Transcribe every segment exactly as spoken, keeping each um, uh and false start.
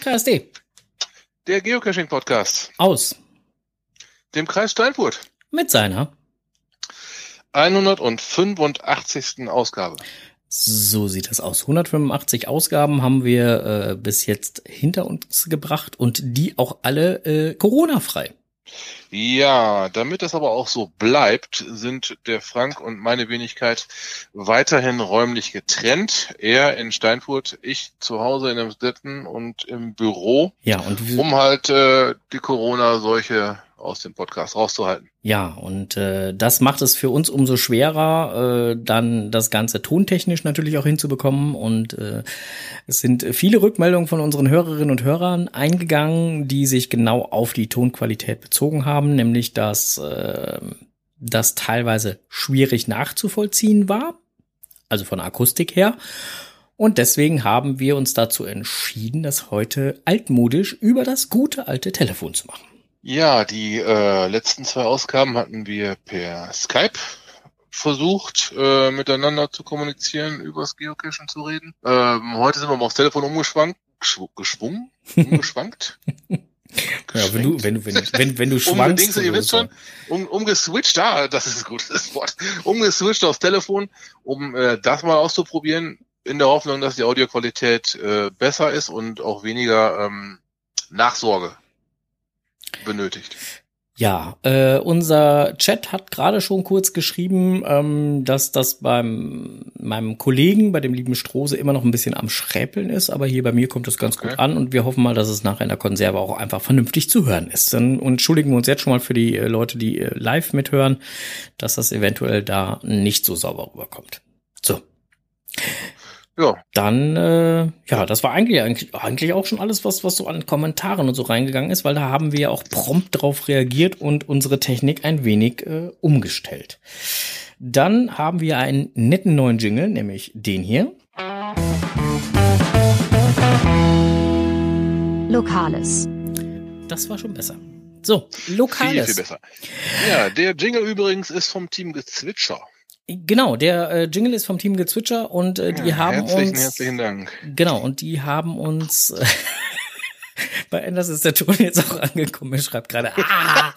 K S D. Der Geocaching-Podcast. Aus. Dem Kreis Steinfurt. Mit seiner hundertfünfundachtzigsten Ausgabe. So sieht das aus. hundertfünfundachtzig Ausgaben haben wir äh, bis jetzt hinter uns gebracht und die auch alle äh, Corona-frei. Ja, damit das aber auch so bleibt, sind der Frank und meine Wenigkeit weiterhin räumlich getrennt. Er in Steinfurt, ich zu Hause in Emsdetten und im Büro, Ja, und wir, um halt äh, die Corona-Seuche aus dem Podcast rauszuhalten. Ja, und äh, das macht es für uns umso schwerer, äh, dann das Ganze tontechnisch natürlich auch hinzubekommen. Und äh, es sind viele Rückmeldungen von unseren Hörerinnen und Hörern eingegangen, die sich genau auf die Tonqualität bezogen haben, nämlich dass äh, das teilweise schwierig nachzuvollziehen war, also von der Akustik her. Und deswegen haben wir uns dazu entschieden, das heute altmodisch über das gute alte Telefon zu machen. Ja, die äh, letzten zwei Ausgaben hatten wir per Skype versucht, äh, miteinander zu kommunizieren, über das Geocachen zu reden. Ähm, heute sind wir mal aufs Telefon umgeschwankt, geschw- geschwungen, umgeschwankt. Ja, wenn du, wenn du, wenn, wenn, wenn du schwankst. Umgedingst, ihr wisst schon, um, umgeswitcht, ah, das ist ein gutes Wort, umgeswitcht aufs Telefon, um äh, das mal auszuprobieren, in der Hoffnung, dass die Audioqualität äh, besser ist und auch weniger ähm, Nachsorge benötigt. Ja, äh, unser Chat hat gerade schon kurz geschrieben, ähm, dass das beim meinem Kollegen, bei dem lieben Strose, immer noch ein bisschen am Schräpeln ist, aber hier bei mir kommt es ganz Okay. gut an und wir hoffen mal, dass es nachher in der Konserve auch einfach vernünftig zu hören ist. Dann entschuldigen wir uns jetzt schon mal für die äh, Leute, die äh, live mithören, dass das eventuell da nicht so sauber rüberkommt. So. Ja. Dann, äh, ja, das war eigentlich, eigentlich eigentlich auch schon alles, was was so an Kommentaren und so reingegangen ist, weil da haben wir ja auch prompt drauf reagiert und unsere Technik ein wenig äh, umgestellt. Dann haben wir einen netten neuen Jingle, nämlich den hier. Lokales. Das war schon besser. So, Lokales. Viel, viel besser. Ja, der Jingle übrigens ist vom Team Gezwitscher. Genau, der äh, Jingle ist vom Team Gezwitscher und äh, die Ja, haben herzlichen, uns herzlichen Dank. Genau, und die haben uns äh, bei Enders ist der Ton jetzt auch angekommen, er schreibt gerade ah!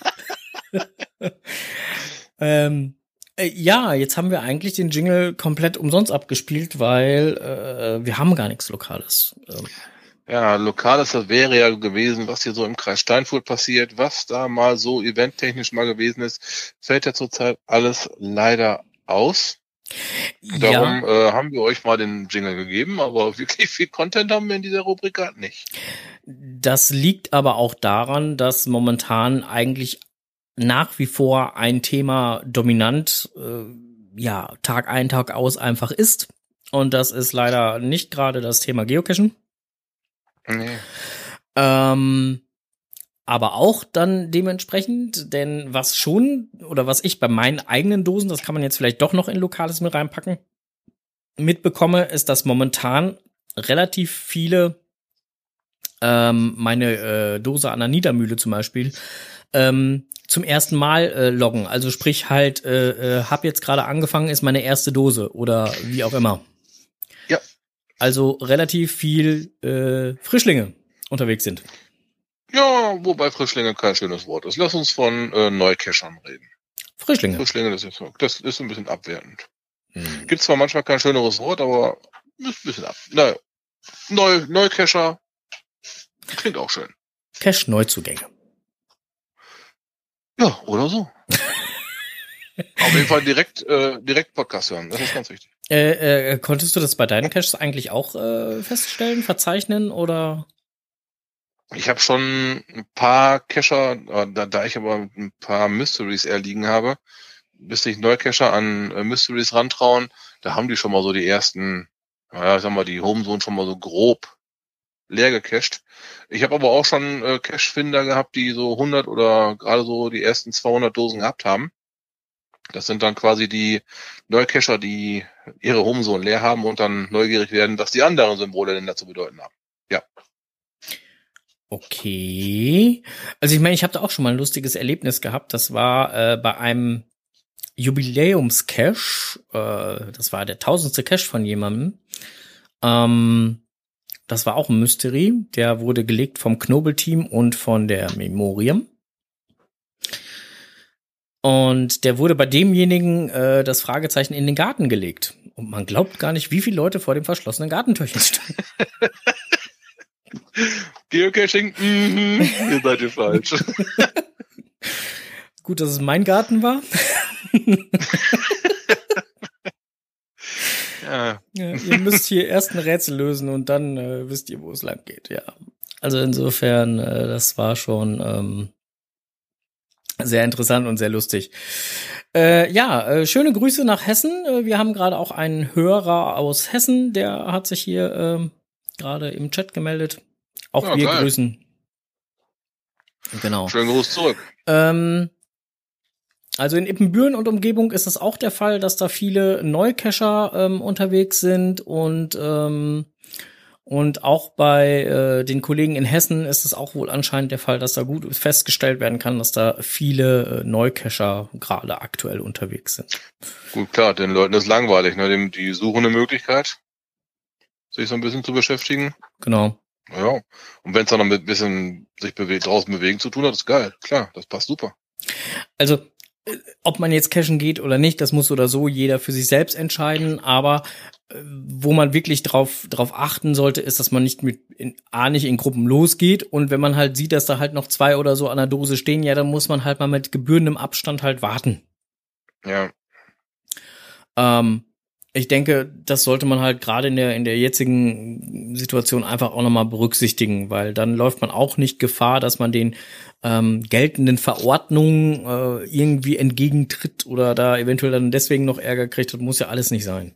ähm, äh, ja, jetzt haben wir eigentlich den Jingle komplett umsonst abgespielt, weil äh, wir haben gar nichts Lokales. Ähm, Ja, Lokales, das wäre ja gewesen, was hier so im Kreis Steinfurt passiert, was da mal so eventtechnisch mal gewesen ist, fällt ja zurzeit alles leider aus. Darum ja, äh, haben wir euch mal den Jingle gegeben, aber wirklich viel Content haben wir in dieser Rubrik gerade nicht. das liegt aber auch daran, dass momentan eigentlich nach wie vor ein Thema dominant, äh, ja, Tag ein, Tag aus einfach ist. Und das ist leider nicht gerade das Thema Geocachen. Nee. Ähm, aber auch dann dementsprechend, denn was schon, oder was ich bei meinen eigenen Dosen, das kann man jetzt vielleicht doch noch in Lokales mit reinpacken, mitbekomme, ist, dass momentan relativ viele ähm, meine äh, Dose an der Niedermühle zum Beispiel ähm, zum ersten Mal äh, loggen. Also sprich halt, äh, äh, hab jetzt gerade angefangen, ist meine erste Dose oder wie auch immer. Ja. Also relativ viel äh, Frischlinge unterwegs sind. Ja, wobei Frischlinge kein schönes Wort ist. Lass uns von äh, Neukechern reden. Frischlinge. Frischlinge, das ist, das ist ein bisschen abwertend. Hm. Gibt zwar manchmal kein schöneres Wort, aber ist ein bisschen ab. Naja, Neu, Neukecher klingt auch schön. Cache-Neuzugänge. Ja, oder so. Auf jeden Fall direkt, äh, direkt Podcast hören, das ist ganz wichtig. Äh, äh, konntest du das bei deinen Caches eigentlich auch äh, feststellen, verzeichnen oder? Ich habe schon ein paar Cacher, äh, da, da ich aber ein paar Mysteries erliegen habe, bis sich Neucacher an äh, Mysteries rantrauen, da haben die schon mal so die ersten, naja, ich sag mal, die Homezone schon mal so grob leer gecached. Ich habe aber auch schon äh, Cache-Finder gehabt, die so hundert oder gerade so die ersten zweihundert Dosen gehabt haben. Das sind dann quasi die Neucacher, die ihre Homezone leer haben und dann neugierig werden, was die anderen Symbole denn dazu bedeuten haben. Ja. Okay. Also ich meine, ich habe da auch schon mal ein lustiges Erlebnis gehabt. Das war äh, bei einem Jubiläums-Cache. Äh, das war der tausendste Cache von jemandem. Ähm, Das war auch ein Mystery. Der wurde gelegt vom Knobel-Team und von der Memoriam. Und der wurde bei demjenigen äh, das Fragezeichen in den Garten gelegt. Und man glaubt gar nicht, wie viele Leute vor dem verschlossenen Gartentürchen standen. Geocaching, mhm, ihr seid ihr falsch. Gut, dass es mein Garten war. Ja. Ja, ihr müsst hier erst ein Rätsel lösen und dann äh, wisst ihr, wo es lang geht. Ja, also insofern, äh, das war schon ähm, sehr interessant und sehr lustig. Äh, ja, äh, schöne Grüße nach Hessen. Äh, wir haben gerade auch einen Hörer aus Hessen, der hat sich hier äh, gerade im Chat gemeldet. Auch Ja, wir geil. grüßen. Genau. Schönen Gruß zurück. Ähm, Also in Ippenbüren und Umgebung ist es auch der Fall, dass da viele Neucacher ähm, unterwegs sind und ähm, und auch bei äh, den Kollegen in Hessen ist es auch wohl anscheinend der Fall, dass da gut festgestellt werden kann, dass da viele äh, Neucacher gerade aktuell unterwegs sind. Gut, klar, den Leuten ist langweilig, ne? Dem, die suchen eine Möglichkeit, sich so ein bisschen zu beschäftigen. Genau. Ja. Und wenn es dann noch mit ein bisschen sich bewegt, draußen bewegen zu tun hat, ist geil. Klar, das passt super. Also äh, ob man jetzt cashen geht oder nicht, das muss oder so jeder für sich selbst entscheiden, aber äh, wo man wirklich drauf drauf achten sollte, ist, dass man nicht mit in, A nicht in Gruppen losgeht und wenn man halt sieht, dass da halt noch zwei oder so an der Dose stehen, ja, dann muss man halt mal mit gebührendem Abstand halt warten. Ja. Ähm, ich denke, das sollte man halt gerade in der in der jetzigen Situation einfach auch nochmal berücksichtigen, weil dann läuft man auch nicht Gefahr, dass man den ähm, geltenden Verordnungen äh, irgendwie entgegentritt oder da eventuell dann deswegen noch Ärger kriegt. Das muss ja alles nicht sein.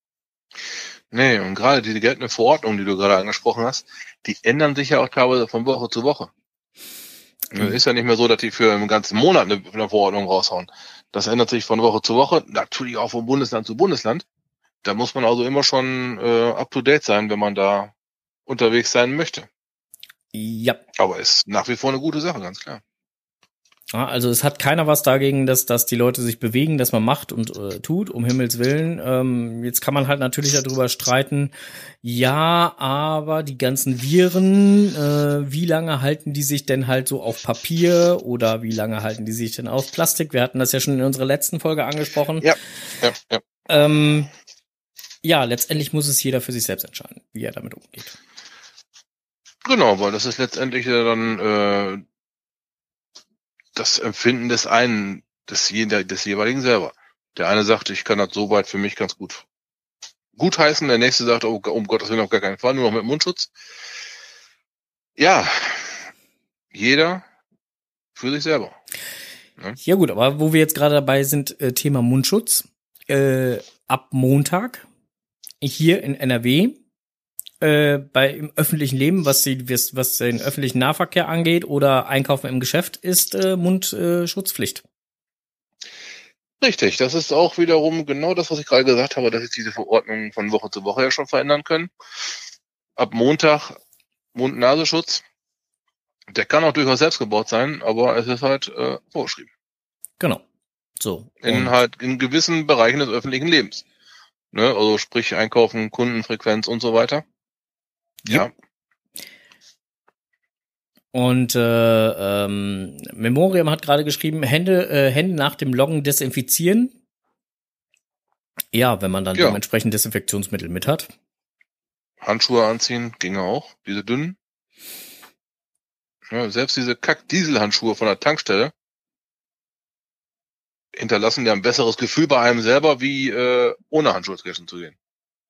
Nee, und gerade diese geltende Verordnung, die du gerade angesprochen hast, die ändern sich ja auch teilweise von Woche zu Woche. Mhm. Ist ja nicht mehr so, dass die für einen ganzen Monat eine, eine Verordnung raushauen. Das ändert sich von Woche zu Woche, natürlich auch von Bundesland zu Bundesland. Da muss man also immer schon äh, up-to-date sein, wenn man da unterwegs sein möchte. Ja. Aber ist nach wie vor eine gute Sache, ganz klar. Ja, also es hat keiner was dagegen, dass dass die Leute sich bewegen, dass man macht und äh, tut, um Himmels Willen. Ähm, jetzt kann man halt natürlich darüber streiten, ja, aber die ganzen Viren, äh, wie lange halten die sich denn halt so auf Papier oder wie lange halten die sich denn auf Plastik? Wir hatten das ja schon in unserer letzten Folge angesprochen. Ja, ja, ja. Ähm, ja, letztendlich muss es jeder für sich selbst entscheiden, wie er damit umgeht. Genau, weil das ist letztendlich ja dann äh, das Empfinden des einen, des, des jeweiligen selber. Der eine sagt, ich kann das soweit für mich ganz gut gutheißen, der nächste sagt, oh, um Gottes Willen auf gar keinen Fall, nur noch mit Mundschutz. Ja, jeder für sich selber. Ja, ja gut, aber wo wir jetzt gerade dabei sind, äh, Thema Mundschutz, äh, ab Montag hier in N R W äh, bei im öffentlichen Leben, was die was, was den öffentlichen Nahverkehr angeht oder Einkaufen im Geschäft, ist äh, Mundschutzpflicht. Äh, Richtig, das ist auch wiederum genau das, was ich gerade gesagt habe, dass sich diese Verordnungen von Woche zu Woche ja schon verändern können. Ab Montag Mund-Nasenschutz. Der kann auch durchaus selbst gebaut sein, aber es ist halt äh, vorgeschrieben. Genau. So. In halt in gewissen Bereichen des öffentlichen Lebens. Ne, also sprich Einkaufen, Kundenfrequenz und so weiter. Ja. ja. Und äh, ähm, Memoriam hat gerade geschrieben, Hände, äh, Hände nach dem Loggen desinfizieren. Ja, wenn man dann ja. dementsprechend Desinfektionsmittel mit hat. Handschuhe anziehen, ginge auch, diese dünnen. Ja, selbst diese Kack-Diesel-Handschuhe von der Tankstelle hinterlassen ja ein besseres Gefühl bei einem selber, wie äh, ohne Handschuhe cashen zu gehen.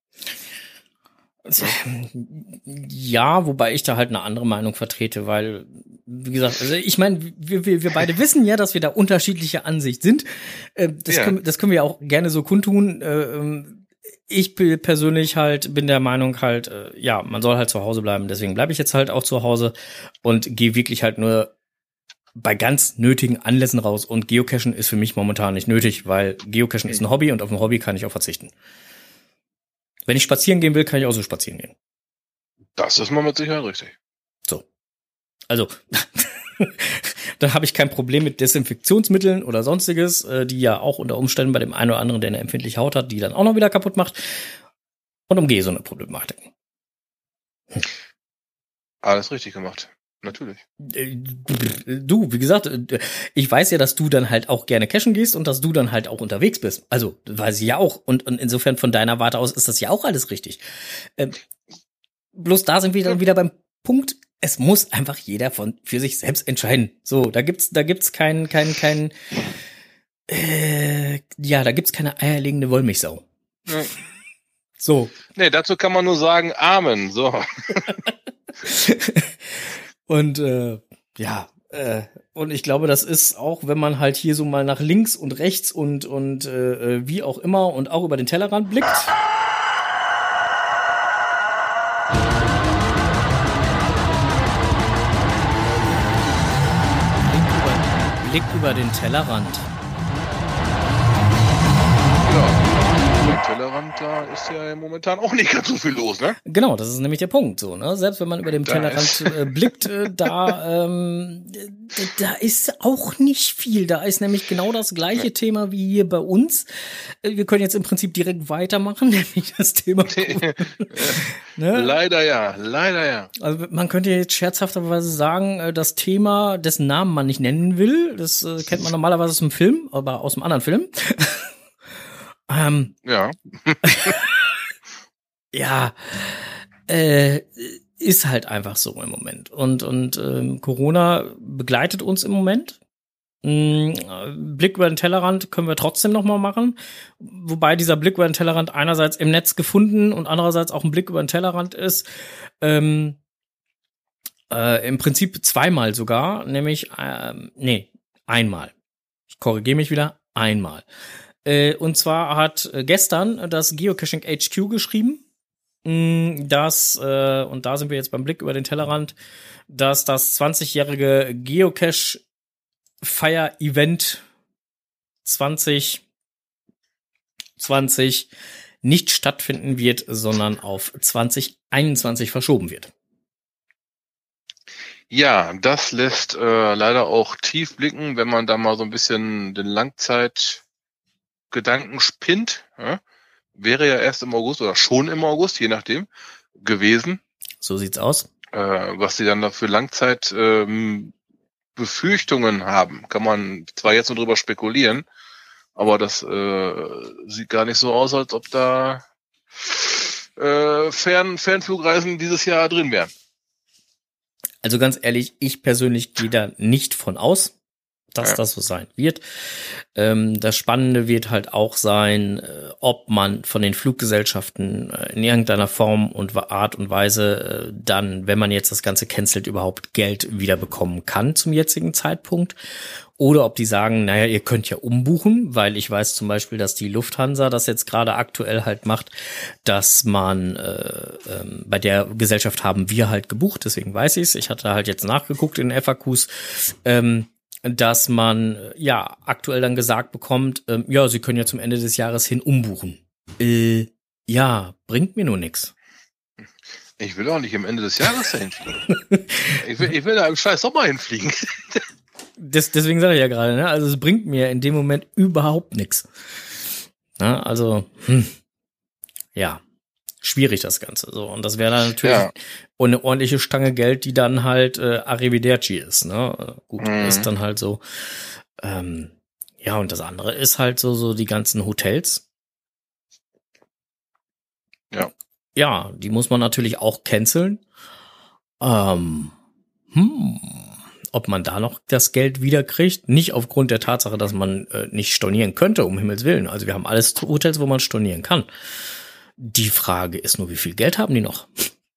Ja, wobei ich da halt eine andere Meinung vertrete, weil, wie gesagt, also ich meine, wir, wir, wir beide wissen ja, dass wir da unterschiedlicher Ansicht sind. Das, ja. können, das können wir auch gerne so kundtun. Ich persönlich halt bin der Meinung halt, ja, man soll halt zu Hause bleiben. Deswegen bleibe ich jetzt halt auch zu Hause und gehe wirklich halt nur bei ganz nötigen Anlässen raus. Und Geocachen ist für mich momentan nicht nötig, weil Geocachen ist ein Hobby und auf ein Hobby kann ich auch verzichten. Wenn ich spazieren gehen will, kann ich auch so spazieren gehen. Das ist mal mit Sicherheit richtig. So. Also, dann habe ich kein Problem mit Desinfektionsmitteln oder sonstiges, die ja auch unter Umständen bei dem einen oder anderen, der eine empfindliche Haut hat, die dann auch noch wieder kaputt macht. Und umgehe so eine Problematik. Alles richtig gemacht. Natürlich. Du, wie gesagt, ich weiß ja, dass du dann halt auch gerne cashen gehst und dass du dann halt auch unterwegs bist. Also, weiß ich ja auch. Und, und insofern von deiner Warte aus ist das ja auch alles richtig. Ähm, bloß da sind wir dann wieder beim Punkt, es muss einfach jeder von für sich selbst entscheiden. So, da gibt's, da gibt's kein, kein, kein, äh, ja, da gibt's keine eierlegende Wollmilchsau. Ja. So. Nee, dazu kann man nur sagen, Amen. So. Und äh, ja, äh, und ich glaube, das ist auch, wenn man halt hier so mal nach links und rechts und und äh, wie auch immer und auch über den Tellerrand blickt. Blick über, Blick über den Tellerrand. Ja. Tellerrand, da ist ja momentan auch nicht ganz so viel los, ne? Genau, das ist nämlich der Punkt, so, ne? Selbst wenn man über dem da Tellerrand äh, blickt, äh, da, ähm, da ist auch nicht viel. Da ist nämlich genau das gleiche ja. Thema wie hier bei uns. Wir können jetzt im Prinzip direkt weitermachen, nämlich das Thema. Ne? Leider ja, leider ja. Also man könnte jetzt scherzhafterweise sagen, das Thema, dessen Namen man nicht nennen will, das äh, kennt man normalerweise aus dem Film, aber aus einem anderen Film. Ähm, ja. ja, äh, ist halt einfach so im Moment. Und, und ähm, Corona begleitet uns im Moment. Mhm, Blick über den Tellerrand können wir trotzdem noch mal machen. Wobei dieser Blick über den Tellerrand einerseits im Netz gefunden und andererseits auch ein Blick über den Tellerrand ist. Ähm, äh, im Prinzip zweimal sogar, nämlich, ähm, nee, einmal. Ich korrigiere mich wieder, einmal. Und zwar hat gestern das Geocaching H Q geschrieben, dass, und da sind wir jetzt beim Blick über den Tellerrand, dass das zwanzigjährige Geocache-Feier-Event zwanzig zwanzig nicht stattfinden wird, sondern auf zwanzig einundzwanzig verschoben wird. Ja, das lässt äh, leider auch tief blicken, wenn man da mal so ein bisschen den Langzeit Gedanken spinnt, ja, wäre ja erst im August oder schon im August, je nachdem, gewesen. So sieht's aus. Äh, was sie dann da für Langzeit ähm, Befürchtungen haben, kann man zwar jetzt nur drüber spekulieren, aber das äh, sieht gar nicht so aus, als ob da äh, Fern Fernflugreisen dieses Jahr drin wären. Also ganz ehrlich, ich persönlich gehe da nicht von aus, dass ja. das so sein wird. Ähm, das Spannende wird halt auch sein, äh, ob man von den Fluggesellschaften äh, in irgendeiner Form und Art und Weise äh, dann, wenn man jetzt das Ganze cancelt, überhaupt Geld wieder bekommen kann zum jetzigen Zeitpunkt. Oder ob die sagen, naja, ihr könnt ja umbuchen, weil ich weiß zum Beispiel, dass die Lufthansa das jetzt gerade aktuell halt macht, dass man, äh, ähm, bei der Gesellschaft haben wir halt gebucht, deswegen weiß ich es. Ich hatte halt jetzt nachgeguckt in den F A Qs, ähm, dass man ja aktuell dann gesagt bekommt, ähm, ja, sie können ja zum Ende des Jahres hin umbuchen. Äh, ja, bringt mir nur nix. Ich will auch nicht am Ende des Jahres dahin fliegen. ich, will, ich will da im scheiß Sommer hinfliegen. Das, deswegen sage ich ja gerade, ne? Also es bringt mir in dem Moment überhaupt nichts. Ja, also, hm, ja, schwierig das Ganze. So, und das wäre dann natürlich ja. eine ordentliche Stange Geld, die dann halt äh, Arrivederci ist. Ne? Gut, mhm. ist dann halt so. Ähm, ja, und das andere ist halt so so die ganzen Hotels. Ja. Ja, die muss man natürlich auch canceln. Ähm, hm. Ob man da noch das Geld wiederkriegt, nicht aufgrund der Tatsache, dass man äh, nicht stornieren könnte, um Himmels Willen. Also wir haben alles Hotels, wo man stornieren kann. Die Frage ist nur, wie viel Geld haben die noch?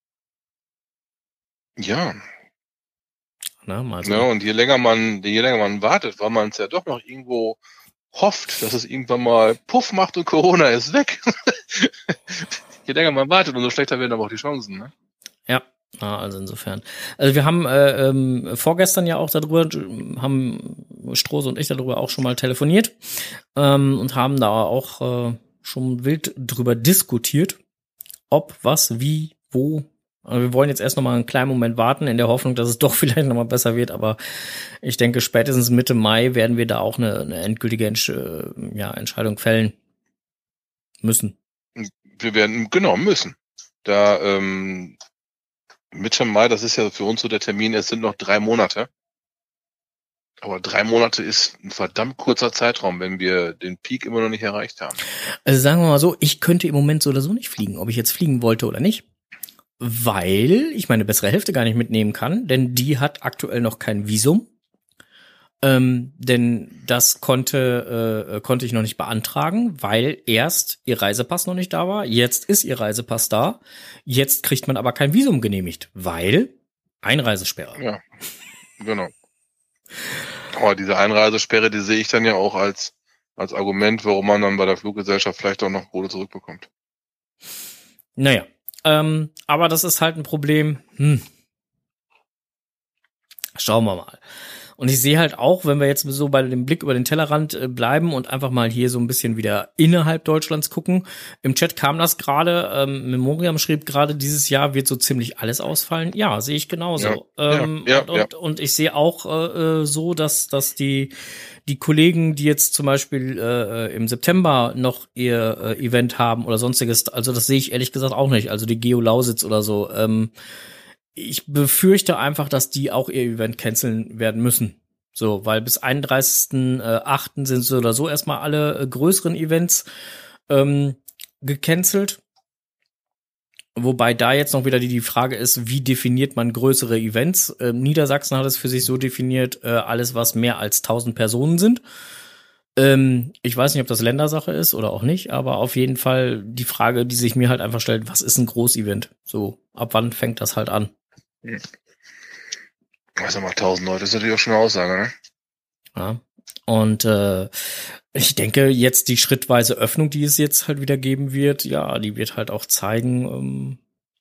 Ja. Na, mal so. Ja, und je länger man, je länger man wartet, weil man es ja doch noch irgendwo hofft, dass es irgendwann mal Puff macht und Corona ist weg. Je länger man wartet, umso schlechter werden aber auch die Chancen, ne? Ja. Ah, also insofern. Also wir haben äh, ähm, vorgestern ja auch darüber, haben Strohse und ich darüber auch schon mal telefoniert ähm, und haben da auch äh, schon wild drüber diskutiert, ob, was, wie, wo. Also wir wollen jetzt erst noch mal einen kleinen Moment warten, in der Hoffnung, dass es doch vielleicht noch mal besser wird, aber ich denke, spätestens Mitte Mai werden wir da auch eine, eine endgültige Entsch- äh, ja, Entscheidung fällen müssen. Wir werden, genau, müssen. Da, ähm, Mitte Mai, das ist ja für uns so der Termin, es sind noch drei Monate. Aber drei Monate ist ein verdammt kurzer Zeitraum, wenn wir den Peak immer noch nicht erreicht haben. Also sagen wir mal so, ich könnte im Moment so oder so nicht fliegen, ob ich jetzt fliegen wollte oder nicht, weil ich meine bessere Hälfte gar nicht mitnehmen kann, denn die hat aktuell noch kein Visum. Ähm, denn das konnte äh, konnte ich noch nicht beantragen, weil erst ihr Reisepass noch nicht da war. Jetzt ist ihr Reisepass da. Jetzt kriegt man aber kein Visum genehmigt, weil Einreisesperre. Ja, genau. Aber diese Einreisesperre, die sehe ich dann ja auch als als Argument, warum man dann bei der Fluggesellschaft vielleicht auch noch Kohle zurückbekommt. Naja, ähm, aber das ist halt ein Problem. Hm. Schauen wir mal. Und ich sehe halt auch, wenn wir jetzt so bei dem Blick über den Tellerrand äh, bleiben und einfach mal hier so ein bisschen wieder innerhalb Deutschlands gucken. Im Chat kam das gerade, ähm, Memoriam schrieb gerade, dieses Jahr wird so ziemlich alles ausfallen. Ja, sehe ich genauso. Ja, ähm, ja, ja, und, und, ja. und ich sehe auch äh, so, dass dass die die Kollegen, die jetzt zum Beispiel äh, im September noch ihr äh, Event haben oder sonstiges, also das sehe ich ehrlich gesagt auch nicht. Also die Geo Lausitz oder so, ähm, ich befürchte einfach, dass die auch ihr Event canceln werden müssen. So, weil bis einunddreißigsten achten sind so oder so erstmal alle äh, größeren Events ähm, gecancelt. Wobei da jetzt noch wieder die, die Frage ist, wie definiert man größere Events? Ähm, Niedersachsen hat es für sich so definiert, äh, alles, was mehr als tausend Personen sind. Ähm, ich weiß nicht, ob das Ländersache ist oder auch nicht, aber auf jeden Fall die Frage, die sich mir halt einfach stellt, was ist ein Großevent? So, ab wann fängt das halt an? Hm. Was mal, tausend Leute ist natürlich auch schon eine Aussage, ne? Ja. Und äh, ich denke, jetzt die schrittweise Öffnung, die es jetzt halt wieder geben wird, ja, die wird halt auch zeigen, ähm,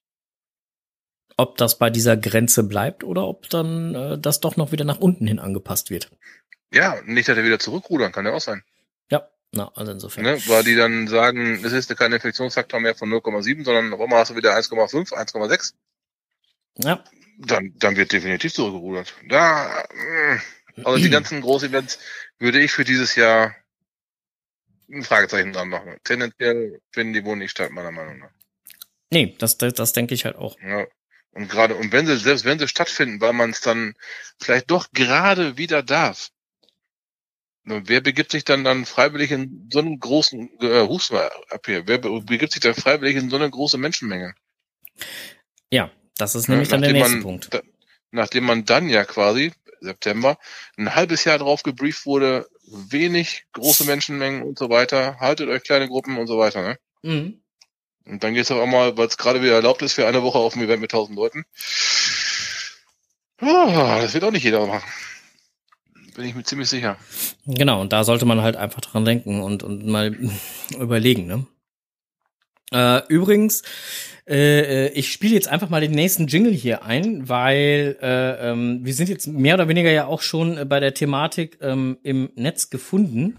ob das bei dieser Grenze bleibt oder ob dann äh, das doch noch wieder nach unten hin angepasst wird. Ja, nicht, dass er wieder zurückrudern, kann ja auch sein. Ja, na, also insofern. Ne, weil die dann sagen, es ist kein Infektionsfaktor mehr von null Komma sieben, sondern auf einmal hast du wieder eins Komma fünf, eins Komma sechs. Ja. Dann, dann wird definitiv zurückgerudert. Da, also die ganzen Großevents würde ich für dieses Jahr ein Fragezeichen dran machen. Tendenziell finden die wohl nicht statt, meiner Meinung nach. Nee, das, das, das denke ich halt auch. Ja. Und gerade, und wenn sie, selbst wenn sie stattfinden, weil man es dann vielleicht doch gerade wieder darf, wer begibt sich dann dann freiwillig in so einen großen, äh, Husten ab hier, wer begibt sich dann freiwillig in so eine große Menschenmenge? Ja, das ist nämlich ja, dann der nächste man, Punkt. Da, nachdem man dann ja quasi, September, ein halbes Jahr drauf gebrieft wurde, wenig große Menschenmengen und so weiter, haltet euch kleine Gruppen und so weiter, ne? Mhm. Und dann geht's auf einmal, weil es gerade wieder erlaubt ist, für eine Woche auf ein Event mit tausend Leuten. Oh, das wird auch nicht jeder machen. Bin ich mir ziemlich sicher. Genau, und da sollte man halt einfach dran denken und, und mal überlegen, ne? Äh, übrigens, äh, ich spiele jetzt einfach mal den nächsten Jingle hier ein, weil äh, ähm, wir sind jetzt mehr oder weniger ja auch schon bei der Thematik ähm, im Netz gefunden.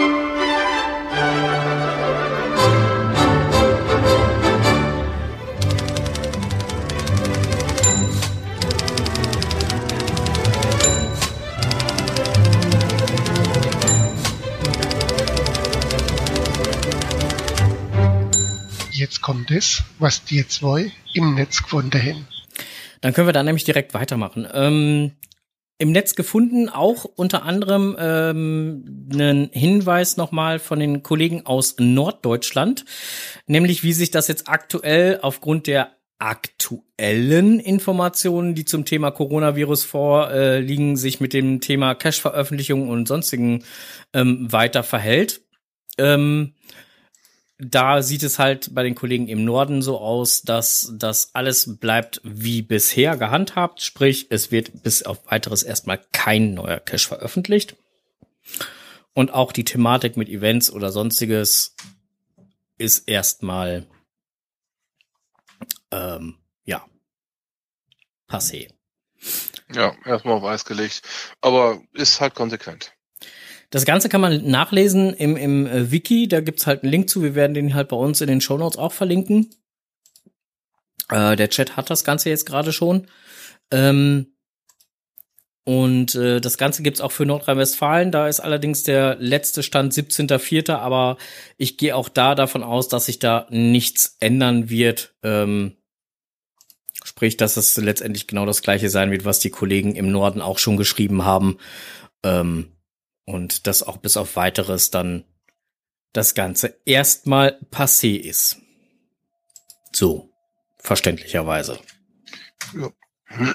Jetzt kommt es, was die zwei im Netz gefunden haben. Dann können wir da nämlich direkt weitermachen. Ähm, im Netz gefunden auch unter anderem ähm, einen Hinweis nochmal von den Kollegen aus Norddeutschland, nämlich wie sich das jetzt aktuell aufgrund der aktuellen Informationen, die zum Thema Coronavirus vorliegen, sich mit dem Thema Cache-Veröffentlichung und sonstigen ähm, weiter verhält. Ähm, Da sieht es halt bei den Kollegen im Norden so aus, dass das alles bleibt wie bisher gehandhabt. Sprich, es wird bis auf weiteres erstmal kein neuer Cache veröffentlicht. Und auch die Thematik mit Events oder sonstiges ist erstmal, ähm, ja, passé. Ja, erstmal auf Eis gelegt. Aber ist halt konsequent. Das Ganze kann man nachlesen im, im äh, Wiki, da gibt's halt einen Link zu, wir werden den halt bei uns in den Shownotes auch verlinken. Äh, der Chat hat das Ganze jetzt gerade schon. Ähm, und äh, das Ganze gibt's auch für Nordrhein-Westfalen, da ist allerdings der letzte Stand siebzehnter vierter aber ich gehe auch da davon aus, dass sich da nichts ändern wird. Ähm, Sprich, dass es letztendlich genau das Gleiche sein wird, was die Kollegen im Norden auch schon geschrieben haben. Ähm, und dass auch bis auf Weiteres dann das Ganze erstmal passé ist. So, verständlicherweise. Ja.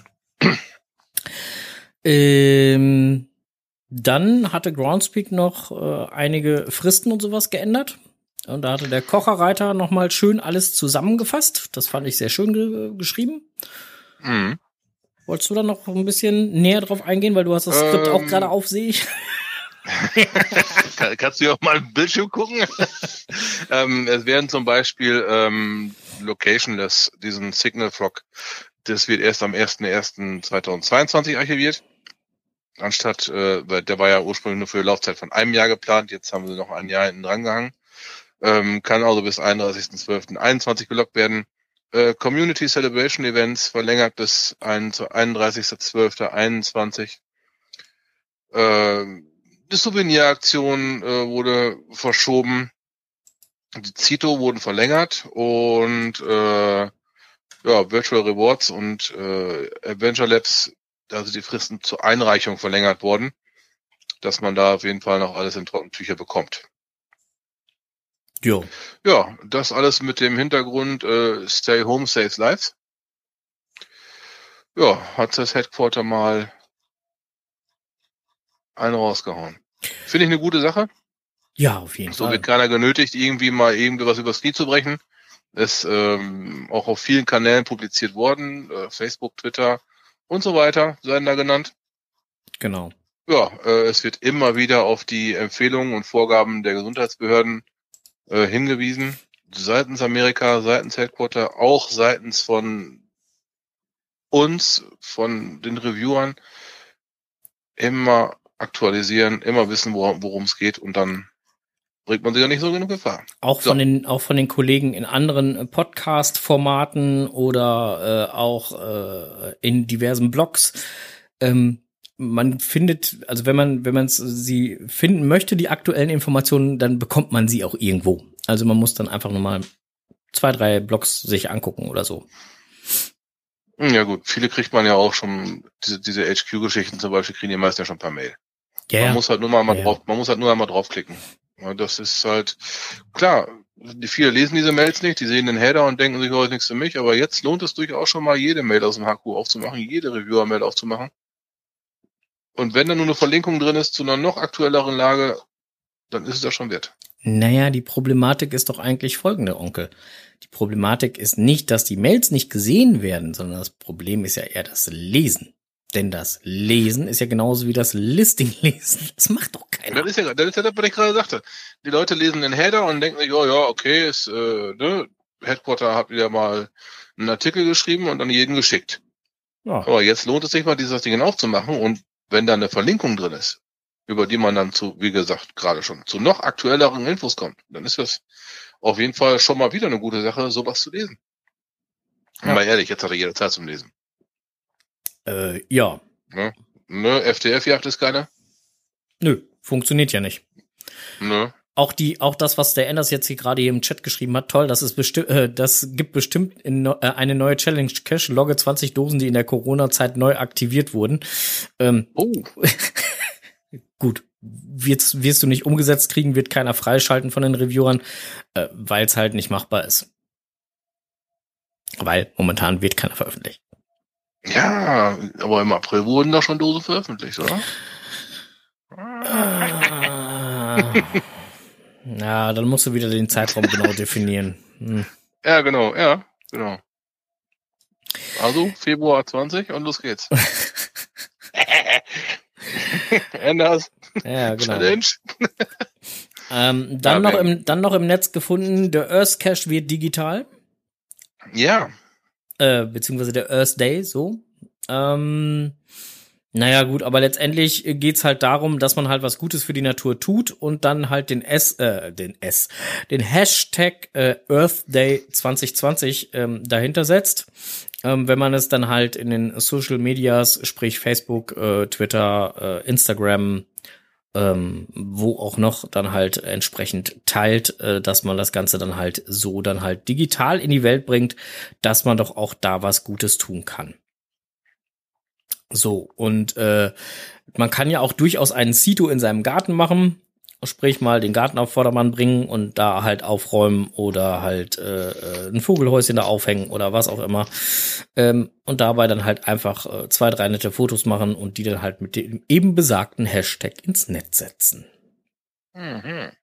Ähm, dann hatte Groundspeak noch äh, einige Fristen und sowas geändert. Und da hatte der Kocherreiter noch mal schön alles zusammengefasst. Das fand ich sehr schön ge- geschrieben. Mhm. Wolltest du da noch ein bisschen näher drauf eingehen, weil du hast das Skript Ähm, auch gerade auf, sehe ich. Kann, kannst du ja auch mal im Bildschirm gucken? ähm, es werden zum Beispiel ähm, Locationless, diesen Signal Frog, das wird erst am ersten ersten zweitausendzweiundzwanzig archiviert. Anstatt, äh, der war ja ursprünglich nur für eine Laufzeit von einem Jahr geplant, jetzt haben sie noch ein Jahr hinten dran gehangen. Ähm, kann also bis einunddreißigsten zwölften einundzwanzig gelockt werden. Äh, Community Celebration Events verlängert bis einunddreißigsten zwölften einundzwanzig. Äh, die Souveniraktion äh, wurde verschoben. Die Zito wurden verlängert und äh, ja, Virtual Rewards und äh, Adventure Labs, also die Fristen zur Einreichung verlängert worden, dass man da auf jeden Fall noch alles in Trockentücher bekommt. Jo. Ja, das alles mit dem Hintergrund äh, Stay Home Saves Lives. Ja, hat das Headquarter mal einen rausgehauen. Finde ich eine gute Sache. Ja, auf jeden So Fall. wird keiner genötigt, irgendwie mal irgendwie was übers Knie zu brechen. Ist ähm, auch auf vielen Kanälen publiziert worden, äh, Facebook, Twitter und so weiter seien da genannt. Genau. Ja, äh, es wird immer wieder auf die Empfehlungen und Vorgaben der Gesundheitsbehörden äh, hingewiesen. Seitens Amerika, seitens Headquarter, auch seitens von uns, von den Reviewern. Immer aktualisieren, immer wissen, worum es geht und dann bringt man sich ja nicht so genug Gefahr. Auch So. von den, auch von den Kollegen in anderen Podcast-Formaten oder äh, auch äh, in diversen Blogs. Ähm, man findet, also wenn man, wenn man sie finden möchte, die aktuellen Informationen, dann bekommt man sie auch irgendwo. Also man muss dann einfach nur mal zwei, drei Blogs sich angucken oder so. Ja gut, viele kriegt man ja auch schon, diese, diese H Q-Geschichten zum Beispiel kriegen die meisten ja schon per Mail. Ja, Man ja. muss halt nur mal, mal Ja, drauf, ja. man muss halt nur einmal draufklicken. Ja, das ist halt, klar, die viele lesen diese Mails nicht, die sehen den Header und denken sich, oh, ist nichts für mich, aber jetzt lohnt es durchaus schon mal, jede Mail aus dem H Q aufzumachen, jede Reviewer-Mail aufzumachen. Und wenn da nur eine Verlinkung drin ist zu einer noch aktuelleren Lage, dann ist es das schon wert. Naja, die Problematik ist doch eigentlich folgende, Onkel. Die Problematik ist nicht, dass die Mails nicht gesehen werden, sondern das Problem ist ja eher das Lesen. Denn das Lesen ist ja genauso wie das Listing-Lesen. Das macht doch keiner. Das ist ja, das ist ja das, was ich gerade sagte. Die Leute lesen den Header und denken sich, oh ja, okay, ist, äh, ne, Headquarter hat wieder mal einen Artikel geschrieben und an jeden geschickt. Ja. Aber jetzt lohnt es sich mal, dieses Ding aufzumachen und wenn da eine Verlinkung drin ist, über die man dann zu, wie gesagt, gerade schon, zu noch aktuelleren Infos kommt, dann ist das auf jeden Fall schon mal wieder eine gute Sache, sowas zu lesen. Ja. Mal ehrlich, jetzt hat er jede Zeit zum Lesen. Äh, ja. Ne? Ne, F T F-Jagd ist keine? Nö, funktioniert ja nicht. Ne? Auch die, auch das, was der Enders jetzt hier gerade hier im Chat geschrieben hat, toll, das ist bestimmt, äh, das gibt bestimmt in, äh, eine neue Challenge Cache, logge zwanzig Dosen, die in der Corona-Zeit neu aktiviert wurden. Ähm, Oh. gut, wirst, wirst du nicht umgesetzt kriegen, wird keiner freischalten von den Reviewern, äh, weil es halt nicht machbar ist. Weil momentan wird keiner veröffentlicht. Ja, aber im April wurden da schon Dosen veröffentlicht, oder? Ah. Ja, dann musst du wieder den Zeitraum genau definieren. Hm. Ja, genau, ja, genau. Also, Februar zwanzig und los geht's. Enders. Ja, genau. Challenge. Ähm, dann, Ja, noch wir- im, dann noch im Netz gefunden, der Earth Cache wird digital. Ja, Äh, beziehungsweise der Earth Day, so. Ähm, naja, gut, aber letztendlich geht's halt darum, dass man halt was Gutes für die Natur tut und dann halt den S, äh, den S, den Hashtag äh, Earth Day zwanzig zwanzig ähm, dahinter setzt. Ähm, wenn man es dann halt in den Social Medias, sprich Facebook, äh, Twitter, äh, Instagram ähm, wo auch noch dann halt entsprechend teilt, äh, dass man das Ganze dann halt so dann halt digital in die Welt bringt, dass man doch auch da was Gutes tun kann. So, und äh, man kann ja auch durchaus einen Sito in seinem Garten machen, sprich mal den Garten auf Vordermann bringen und da halt aufräumen oder halt äh, ein Vogelhäuschen da aufhängen oder was auch immer. Ähm, und dabei dann halt einfach äh, zwei, drei nette Fotos machen und die dann halt mit dem eben besagten Hashtag ins Netz setzen. Mhm.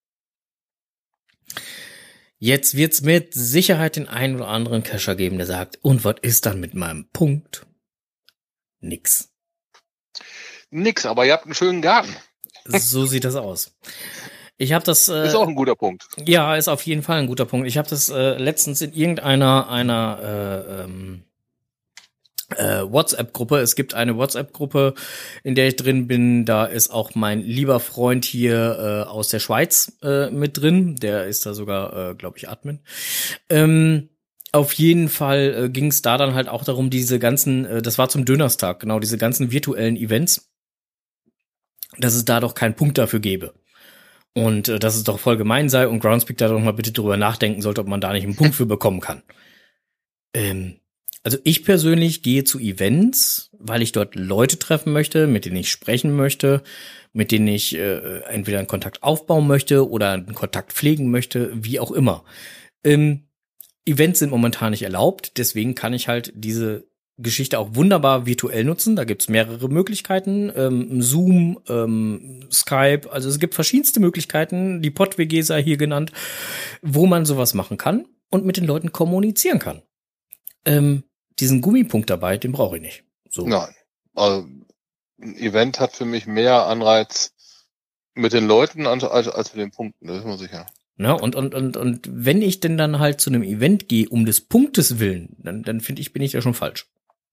Jetzt wird's mit Sicherheit den einen oder anderen Cacher geben, der sagt, und was ist dann mit meinem Punkt? Nix. Nix, aber ihr habt einen schönen Garten. So sieht das aus. Ich habe das. Äh, ist auch ein guter Punkt. Ja, ist auf jeden Fall ein guter Punkt. Ich habe das äh, letztens in irgendeiner einer äh, ähm, äh, WhatsApp-Gruppe. Es gibt eine WhatsApp-Gruppe, in der ich drin bin. Da ist auch mein lieber Freund hier äh, aus der Schweiz äh, mit drin. Der ist da sogar, äh, glaube ich, Admin. Ähm, Auf jeden Fall äh, ging es da dann halt auch darum, diese ganzen, äh, das war zum Dönerstag, genau, diese ganzen virtuellen Events, dass es da doch keinen Punkt dafür gäbe. Und äh, dass es doch voll gemein sei und Groundspeak da doch mal bitte drüber nachdenken sollte, ob man da nicht einen Punkt für bekommen kann. Ähm, also ich persönlich gehe zu Events, weil ich dort Leute treffen möchte, mit denen ich sprechen möchte, mit denen ich äh, entweder einen Kontakt aufbauen möchte oder einen Kontakt pflegen möchte, wie auch immer. Ähm, Events sind momentan nicht erlaubt, deswegen kann ich halt diese Geschichte auch wunderbar virtuell nutzen. Da gibt's mehrere Möglichkeiten. Ähm, Zoom, ähm, Skype, also es gibt verschiedenste Möglichkeiten, die Pod-W G sei hier genannt, wo man sowas machen kann und mit den Leuten kommunizieren kann. Ähm, diesen Gummipunkt dabei, den brauche ich nicht. So. Nein. Also, ein Event hat für mich mehr Anreiz mit den Leuten als, als mit den Punkten, das ist mir sicher. Na, und, und, und, und wenn ich denn dann halt zu einem Event gehe, um des Punktes willen, dann, dann finde ich, bin ich ja schon falsch.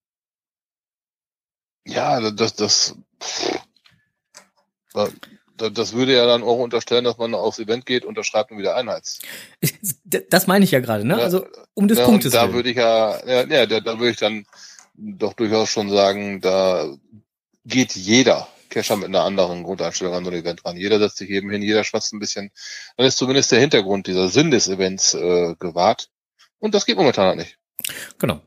Ja, das, das, das, das würde ja dann auch unterstellen, dass man aufs Event geht, unterschreibt und wieder einheizt. Das meine ich ja gerade, ne? Ja, also um des ja, Punktes da willen. würde ich ja, ja, ja da, da würde ich dann doch durchaus schon sagen, da geht jeder Cacher mit einer anderen Grundeinstellung an so ein Event ran. Jeder setzt sich eben hin, jeder schwatzt ein bisschen. Dann ist zumindest der Hintergrund, dieser Sinn des Events äh, gewahrt. Und das geht momentan halt nicht. Genau.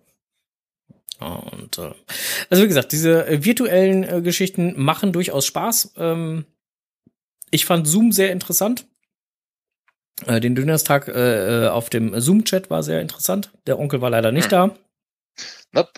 Und äh, also wie gesagt, diese äh, virtuellen äh, Geschichten machen durchaus Spaß. Ähm, ich fand Zoom sehr interessant. Äh, den Dönerstag äh, auf dem Zoom-Chat war sehr interessant. Der Onkel war leider nicht hm. da. Nope.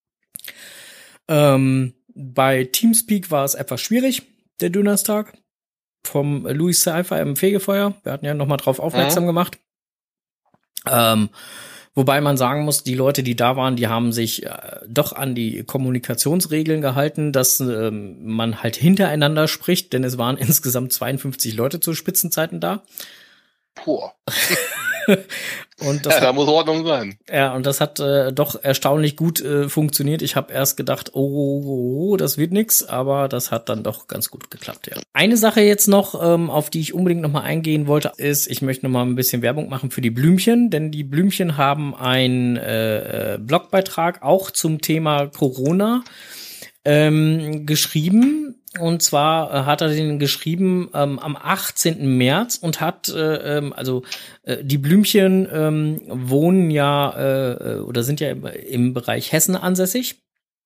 Ähm, bei Teamspeak war es etwas schwierig, der Dönerstag. Vom Louis Cypher im Fegefeuer. Wir hatten ja noch mal drauf aufmerksam mhm. gemacht. Ähm, Wobei man sagen muss, die Leute, die da waren, die haben sich äh, doch an die Kommunikationsregeln gehalten, dass ähm, man halt hintereinander spricht, denn es waren insgesamt zweiundfünfzig Leute zu Spitzenzeiten da. Boah. Und das ja, hat, da muss Ordnung sein. Ja, und das hat äh, doch erstaunlich gut äh, funktioniert. Ich habe erst gedacht, oh, oh, oh, das wird nix, aber das hat dann doch ganz gut geklappt, ja. Eine Sache jetzt noch, ähm, auf die ich unbedingt noch mal eingehen wollte, ist, ich möchte noch mal ein bisschen Werbung machen für die Blümchen, denn die Blümchen haben einen äh, Blogbeitrag auch zum Thema Corona ähm, geschrieben. Und zwar äh, hat er den geschrieben ähm, am achtzehnten März und hat, äh, ähm, also äh, die Blümchen ähm, wohnen ja äh, oder sind ja im, im Bereich Hessen ansässig.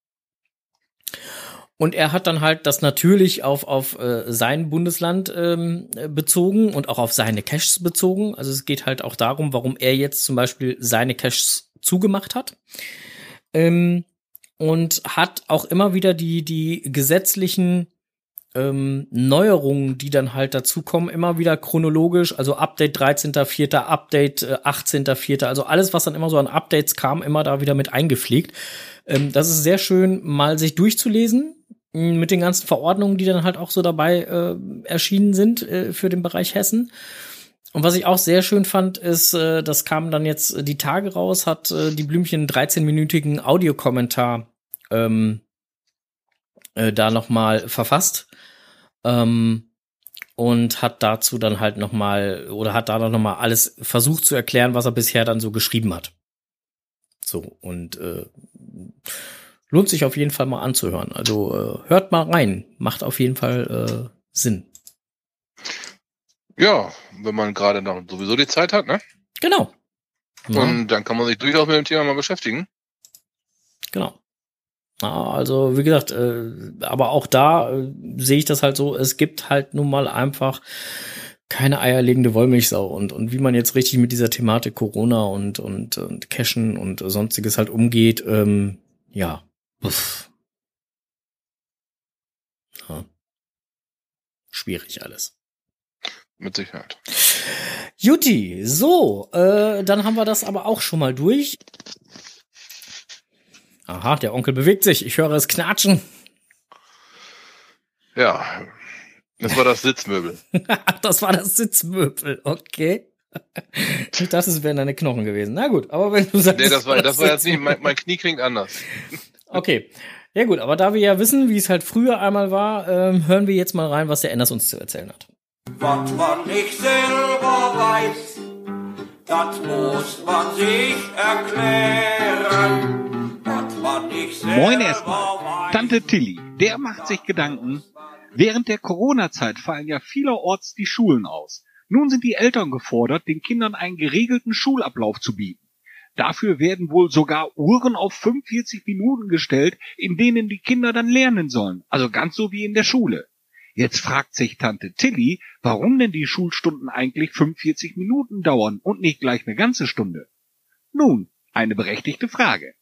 Und er hat dann halt das natürlich auf, auf äh, sein Bundesland ähm, bezogen und auch auf seine Caches bezogen. Also es geht halt auch darum, warum er jetzt zum Beispiel seine Caches zugemacht hat. Ähm, und hat auch immer wieder die, die gesetzlichen Ähm, Neuerungen, die dann halt dazukommen, immer wieder chronologisch, also Update dreizehnter vierter, Update äh, achtzehnter vierter, also alles, was dann immer so an Updates kam, immer da wieder mit eingepflegt. Ähm, das ist sehr schön, mal sich durchzulesen mh, mit den ganzen Verordnungen, die dann halt auch so dabei äh, erschienen sind äh, für den Bereich Hessen. Und was ich auch sehr schön fand, ist, äh, das kam dann jetzt die Tage raus, hat äh, die Blümchen einen dreizehnminütigen Audiokommentar ähm, äh, da noch mal verfasst. Ähm, und hat dazu dann halt noch mal oder hat da noch mal alles versucht zu erklären, was er bisher dann so geschrieben hat. So, und äh, lohnt sich auf jeden Fall mal anzuhören. Also äh, hört mal rein, macht auf jeden Fall äh, Sinn. Ja, wenn man gerade noch sowieso die Zeit hat, ne? Genau. Ja. Und dann kann man sich durchaus mit dem Thema mal beschäftigen. Genau. Ja, also wie gesagt, äh, aber auch da äh, sehe ich das halt so, es gibt halt nun mal einfach keine eierlegende Wollmilchsau und und wie man jetzt richtig mit dieser Thematik Corona und und und Cashen und sonstiges halt umgeht, ähm, ja. Uff. Ja. Schwierig alles. Mit Sicherheit. Jutti, so, äh, dann haben wir das aber auch schon mal durch. Aha, der Onkel bewegt sich. Ich höre es knatschen. Ja, das war das Sitzmöbel. Das war das Sitzmöbel, okay. Ich dachte, es wären deine Knochen gewesen. Na gut, aber wenn du sagst... Nee, das war, das war jetzt nicht, mein, mein Knie klingt anders. Okay, ja gut, aber da wir ja wissen, wie es halt früher einmal war, ähm, hören wir jetzt mal rein, was der Enders uns zu erzählen hat. Was man nicht selber weiß, das muss man sich erklären. Was man nicht selber Moin erstmal. weiß. Tante Tilly, der macht sich Gedanken. Während der Corona-Zeit fallen ja vielerorts die Schulen aus. Nun sind die Eltern gefordert, den Kindern einen geregelten Schulablauf zu bieten. Dafür werden wohl sogar Uhren auf fünfundvierzig Minuten gestellt, in denen die Kinder dann lernen sollen. Also ganz so wie in der Schule. Jetzt fragt sich Tante Tilly, warum denn die Schulstunden eigentlich fünfundvierzig Minuten dauern und nicht gleich eine ganze Stunde. Nun, eine berechtigte Frage.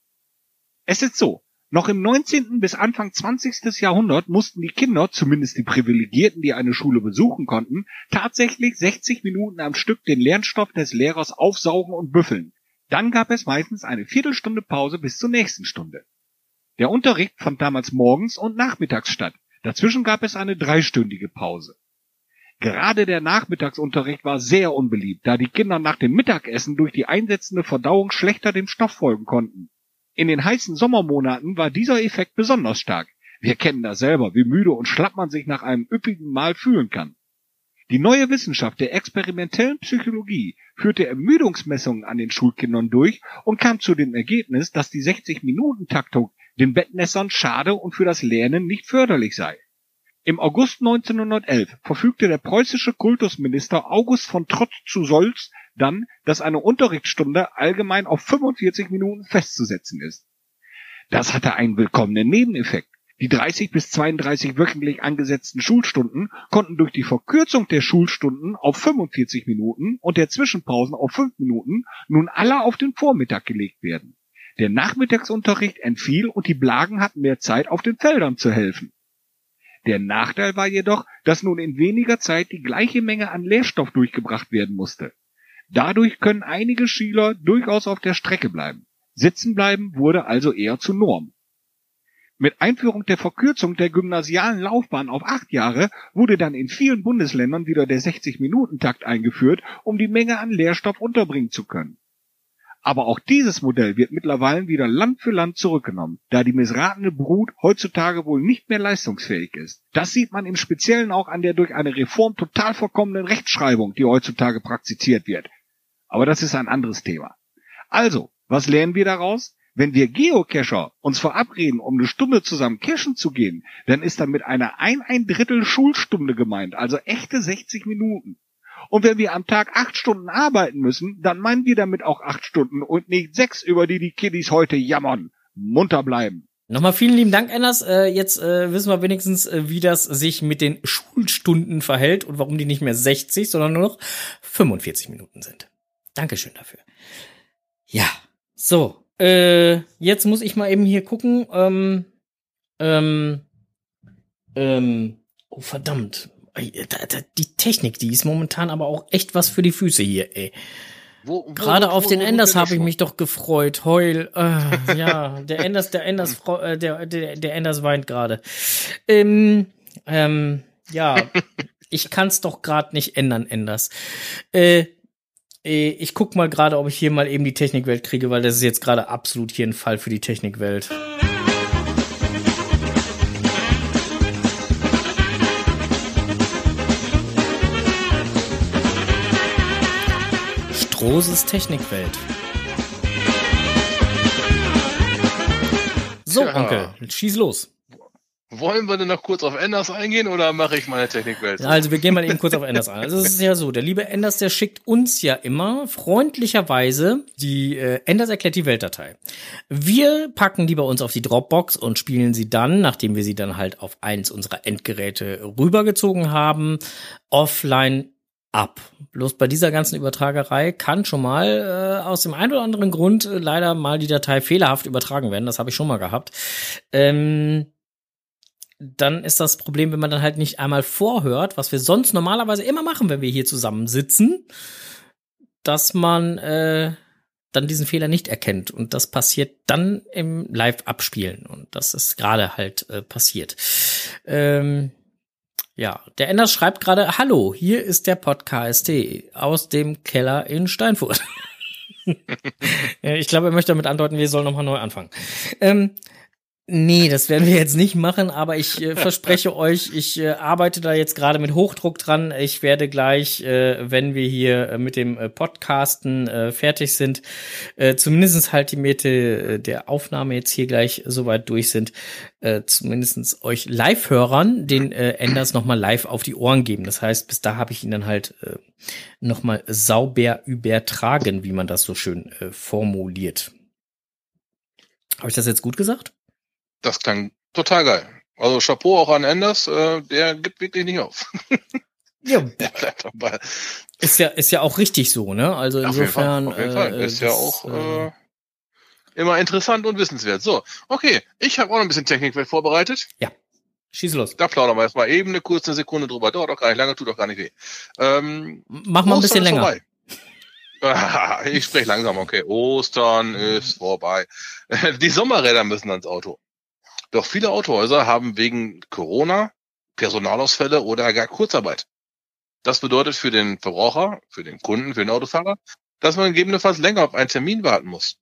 Es ist so, noch im neunzehnten bis Anfang zwanzigsten Jahrhundert mussten die Kinder, zumindest die Privilegierten, die eine Schule besuchen konnten, tatsächlich sechzig Minuten am Stück den Lernstoff des Lehrers aufsaugen und büffeln. Dann gab es meistens eine Viertelstunde Pause bis zur nächsten Stunde. Der Unterricht fand damals morgens und nachmittags statt. Dazwischen gab es eine dreistündige Pause. Gerade der Nachmittagsunterricht war sehr unbeliebt, da die Kinder nach dem Mittagessen durch die einsetzende Verdauung schlechter dem Stoff folgen konnten. In den heißen Sommermonaten war dieser Effekt besonders stark. Wir kennen das selber, wie müde und schlapp man sich nach einem üppigen Mahl fühlen kann. Die neue Wissenschaft der experimentellen Psychologie führte Ermüdungsmessungen an den Schulkindern durch und kam zu dem Ergebnis, dass die sechzig-Minuten-Taktung den Bettnässern schade und für das Lernen nicht förderlich sei. Im August neunzehnhundertelf verfügte der preußische Kultusminister August von Trott zu Solz dann, dass eine Unterrichtsstunde allgemein auf fünfundvierzig Minuten festzusetzen ist. Das hatte einen willkommenen Nebeneffekt. Die dreißig bis zweiunddreißig wöchentlich angesetzten Schulstunden konnten durch die Verkürzung der Schulstunden auf fünfundvierzig Minuten und der Zwischenpausen auf fünf Minuten nun alle auf den Vormittag gelegt werden. Der Nachmittagsunterricht entfiel und die Blagen hatten mehr Zeit, auf den Feldern zu helfen. Der Nachteil war jedoch, dass nun in weniger Zeit die gleiche Menge an Lehrstoff durchgebracht werden musste. Dadurch können einige Schüler durchaus auf der Strecke bleiben. Sitzen bleiben wurde also eher zur Norm. Mit Einführung der Verkürzung der gymnasialen Laufbahn auf acht Jahre wurde dann in vielen Bundesländern wieder der sechzig-Minuten-Takt eingeführt, um die Menge an Lehrstoff unterbringen zu können. Aber auch dieses Modell wird mittlerweile wieder Land für Land zurückgenommen, da die missratene Brut heutzutage wohl nicht mehr leistungsfähig ist. Das sieht man im Speziellen auch an der durch eine Reform total verkommenen Rechtschreibung, die heutzutage praktiziert wird. Aber das ist ein anderes Thema. Also, was lernen wir daraus? Wenn wir Geocacher uns verabreden, um eine Stunde zusammen cachen zu gehen, dann ist damit eine ein ein Drittel Schulstunde gemeint, also echte sechzig Minuten. Und wenn wir am Tag acht Stunden arbeiten müssen, dann meinen wir damit auch acht Stunden und nicht sechs, über die die Kiddies heute jammern. Munter bleiben. Nochmal vielen lieben Dank, Enders. Äh, jetzt äh, wissen wir wenigstens, äh, wie das sich mit den Schulstunden verhält und warum die nicht mehr sechzig, sondern nur noch fünfundvierzig Minuten sind. Dankeschön dafür. Ja, so. Äh, jetzt muss ich mal eben hier gucken. Ähm, ähm, ähm, oh, verdammt. Die Technik, die ist momentan aber auch echt was für die Füße hier, ey. Wo, wo, Gerade wo, auf wo, den wo, Enders habe ich mich doch gefreut. Heul. Äh, ja, der Enders, der Enders, äh, der, der, der Enders weint gerade. Ähm, ähm, ja, ich kann's doch gerade nicht ändern, Enders. Äh, äh, ich guck mal gerade, ob ich hier mal eben die Technikwelt kriege, weil das ist jetzt gerade absolut hier ein Fall für die Technikwelt. Roses Technikwelt. So, Tja. Onkel, schieß los. Wollen wir denn noch kurz auf Enders eingehen oder mache ich meine Technikwelt? Also wir gehen mal eben kurz auf Enders ein. Also es ist ja so, der liebe Enders, der schickt uns ja immer freundlicherweise die äh, Enders erklärt die Welt-Datei. Wir packen die bei uns auf die Dropbox und spielen sie dann, nachdem wir sie dann halt auf eins unserer Endgeräte rübergezogen haben, offline ab. Bloß bei dieser ganzen Übertragerei kann schon mal äh, aus dem einen oder anderen Grund äh, leider mal die Datei fehlerhaft übertragen werden. Das habe ich schon mal gehabt. Ähm... Dann ist das Problem, wenn man dann halt nicht einmal vorhört, was wir sonst normalerweise immer machen, wenn wir hier zusammensitzen, dass man äh, dann diesen Fehler nicht erkennt. Und das passiert dann im Live-Abspielen. Und das ist gerade halt äh, passiert. Ähm, ja, der Enders schreibt gerade, hallo, hier ist der Podcast aus dem Keller in Steinfurt. Ich glaube, er möchte damit andeuten, wir sollen nochmal neu anfangen. Ähm, Nee, das werden wir jetzt nicht machen, aber ich äh, verspreche euch, ich äh, arbeite da jetzt gerade mit Hochdruck dran. Ich werde gleich, äh, wenn wir hier äh, mit dem äh, Podcasten äh, fertig sind, äh, zumindest halt die Mitte äh, der Aufnahme jetzt hier gleich soweit durch sind, äh, zumindest euch Live-Hörern den äh, Enders nochmal live auf die Ohren geben. Das heißt, bis da habe ich ihn dann halt äh, nochmal sauber übertragen, wie man das so schön äh, formuliert. Habe ich das jetzt gut gesagt? Das klang total geil. Also Chapeau auch an Enders, äh, der gibt wirklich nicht auf. Ja, Der bleibt dabei. ist ja ist ja auch richtig so, ne? Also Auf jeden Fall, insofern auf jeden Fall. äh, Ist ja das, auch äh, äh, immer interessant und wissenswert. So, okay, ich habe auch noch ein bisschen Technikwelt vorbereitet. schieß los. Da plaudern wir erstmal eben eine kurze Sekunde drüber. Dauert auch gar nicht lange, tut auch gar nicht weh. Ähm, Mach mal ein bisschen Ostern ist länger. vorbei. Ah, ich spreche langsam, okay. Ostern ist vorbei. Die Sommerräder müssen ans Auto. Doch viele Autohäuser haben wegen Corona Personalausfälle oder gar Kurzarbeit. Das bedeutet für den Verbraucher, für den Kunden, für den Autofahrer, dass man gegebenenfalls länger auf einen Termin warten muss.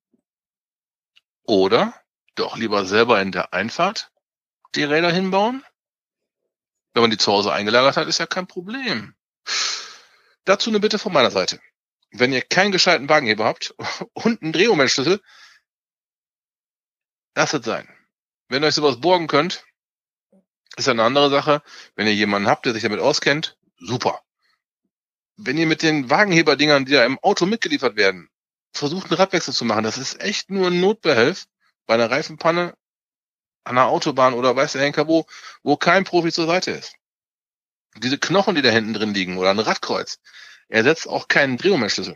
Oder doch lieber selber in der Einfahrt die Räder hinbauen. Wenn man die zu Hause eingelagert hat, ist ja kein Problem. Dazu eine Bitte von meiner Seite. Wenn ihr keinen gescheiten Wagenheber habt und einen Drehmomentschlüssel, lasst es sein. Wenn ihr euch sowas borgen könnt, ist ja eine andere Sache. Wenn ihr jemanden habt, der sich damit auskennt, super. Wenn ihr mit den Wagenheberdingern, die da im Auto mitgeliefert werden, versucht einen Radwechsel zu machen, das ist echt nur ein Notbehelf bei einer Reifenpanne an der Autobahn oder weiß der Henker wo, wo kein Profi zur Seite ist. Diese Knochen, die da hinten drin liegen oder ein Radkreuz, ersetzt auch keinen Drehmomentschlüssel.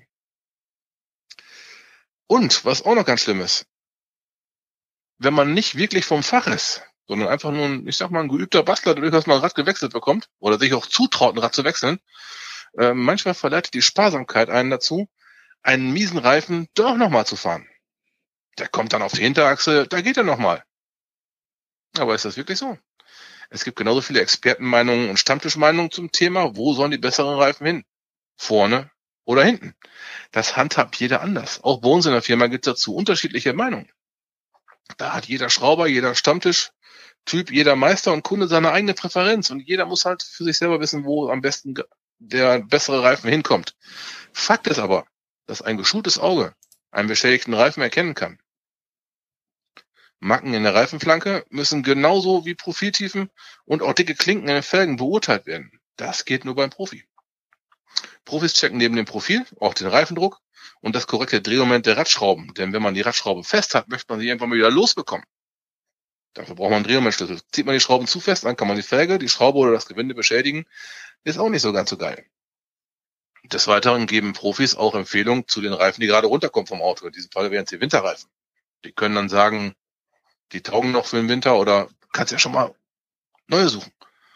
Und, was auch noch ganz schlimm ist, wenn man nicht wirklich vom Fach ist, sondern einfach nur ein, ich sag mal, ein geübter Bastler, der durchaus mal ein Rad gewechselt bekommt oder sich auch zutraut, ein Rad zu wechseln, äh, manchmal verleitet die Sparsamkeit einen dazu, einen miesen Reifen doch nochmal zu fahren. Der kommt dann auf die Hinterachse, da geht er nochmal. Aber ist das wirklich so? Es gibt genauso viele Expertenmeinungen und Stammtischmeinungen zum Thema, wo sollen die besseren Reifen hin? Vorne oder hinten? Das handhabt jeder anders. Auch bei uns in der Firma gibt es dazu unterschiedliche Meinungen. Da hat jeder Schrauber, jeder Stammtischtyp, jeder Meister und Kunde seine eigene Präferenz und jeder muss halt für sich selber wissen, wo am besten der bessere Reifen hinkommt. Fakt ist aber, dass ein geschultes Auge einen beschädigten Reifen erkennen kann. Macken in der Reifenflanke müssen genauso wie Profiltiefen und auch dicke Klinken in den Felgen beurteilt werden. Das geht nur beim Profi. Profis checken neben dem Profil auch den Reifendruck und das korrekte Drehmoment der Radschrauben. Denn wenn man die Radschraube fest hat, möchte man sie irgendwann mal wieder losbekommen. Dafür braucht man einen Drehmomentschlüssel. Zieht man die Schrauben zu fest an, kann man die Felge, die Schraube oder das Gewinde beschädigen. Ist auch nicht so ganz so geil. Des Weiteren geben Profis auch Empfehlungen zu den Reifen, die gerade runterkommen vom Auto. In diesem Fall wären es die Winterreifen. Die können dann sagen, die taugen noch für den Winter oder kannst ja schon mal neue suchen.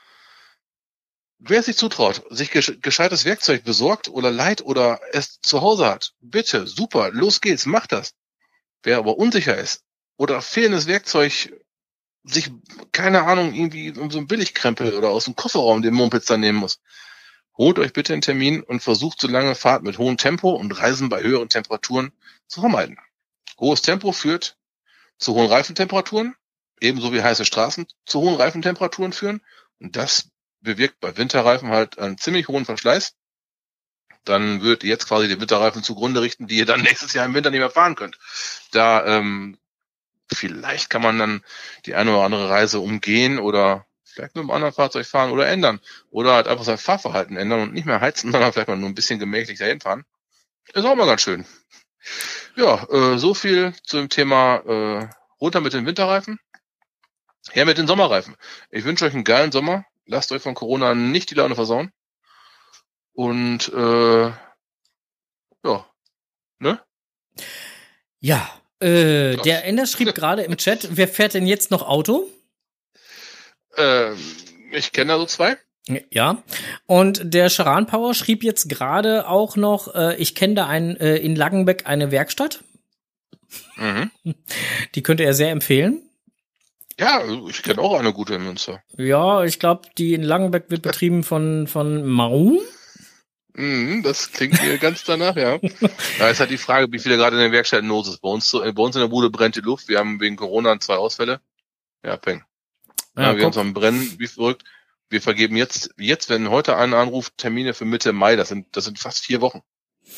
Wer sich zutraut, sich gescheites Werkzeug besorgt oder leiht oder es zu Hause hat, bitte, super, los geht's, macht das. Wer aber unsicher ist oder fehlendes Werkzeug sich, keine Ahnung, irgendwie so ein Billigkrempel oder aus dem Kofferraum den Mumpitz dann nehmen muss, holt euch bitte einen Termin und versucht so lange Fahrt mit hohem Tempo und Reisen bei höheren Temperaturen zu vermeiden. Hohes Tempo führt zu hohen Reifentemperaturen, ebenso wie heiße Straßen zu hohen Reifentemperaturen führen und das bewirkt bei Winterreifen halt einen ziemlich hohen Verschleiß. Dann würdet ihr jetzt quasi die Winterreifen zugrunde richten, die ihr dann nächstes Jahr im Winter nicht mehr fahren könnt. Da ähm, vielleicht kann man dann die eine oder andere Reise umgehen oder vielleicht mit einem anderen Fahrzeug fahren oder ändern. Oder halt einfach sein Fahrverhalten ändern und nicht mehr heizen, sondern vielleicht mal nur ein bisschen gemächlich dahin fahren. Ist auch mal ganz schön. Ja, äh, so viel zum Thema äh, runter mit den Winterreifen, her mit den Sommerreifen. Ich wünsche euch einen geilen Sommer. Lasst euch von Corona nicht die Laune versauen. Und äh, ja, ne? Ja, äh, der Ender schrieb gerade im Chat, wer fährt denn jetzt noch Auto? Äh, ich kenne da so zwei. Ja, und der Charan Power schrieb jetzt gerade auch noch, äh, ich kenne da ein, äh, in Langenbeck eine Werkstatt. Mhm. Die könnte er sehr empfehlen. Ja, ich kenne auch eine gute in Münster. Ja, ich glaube, die in Langenbeck wird betrieben von, von Maum. Mhm, das klingt mir ganz danach, ja. Da ist halt die Frage, wie viele gerade in den Werkstätten los ist. Bei uns, so, bei uns in der Bude brennt die Luft. Wir haben wegen Corona zwei Ausfälle. Ja, peng. Ja, ja, wir haben es am Brennen, wie verrückt. Wir vergeben jetzt, jetzt, wenn heute einer anruft, Termine für Mitte Mai. Das sind, das sind fast vier Wochen.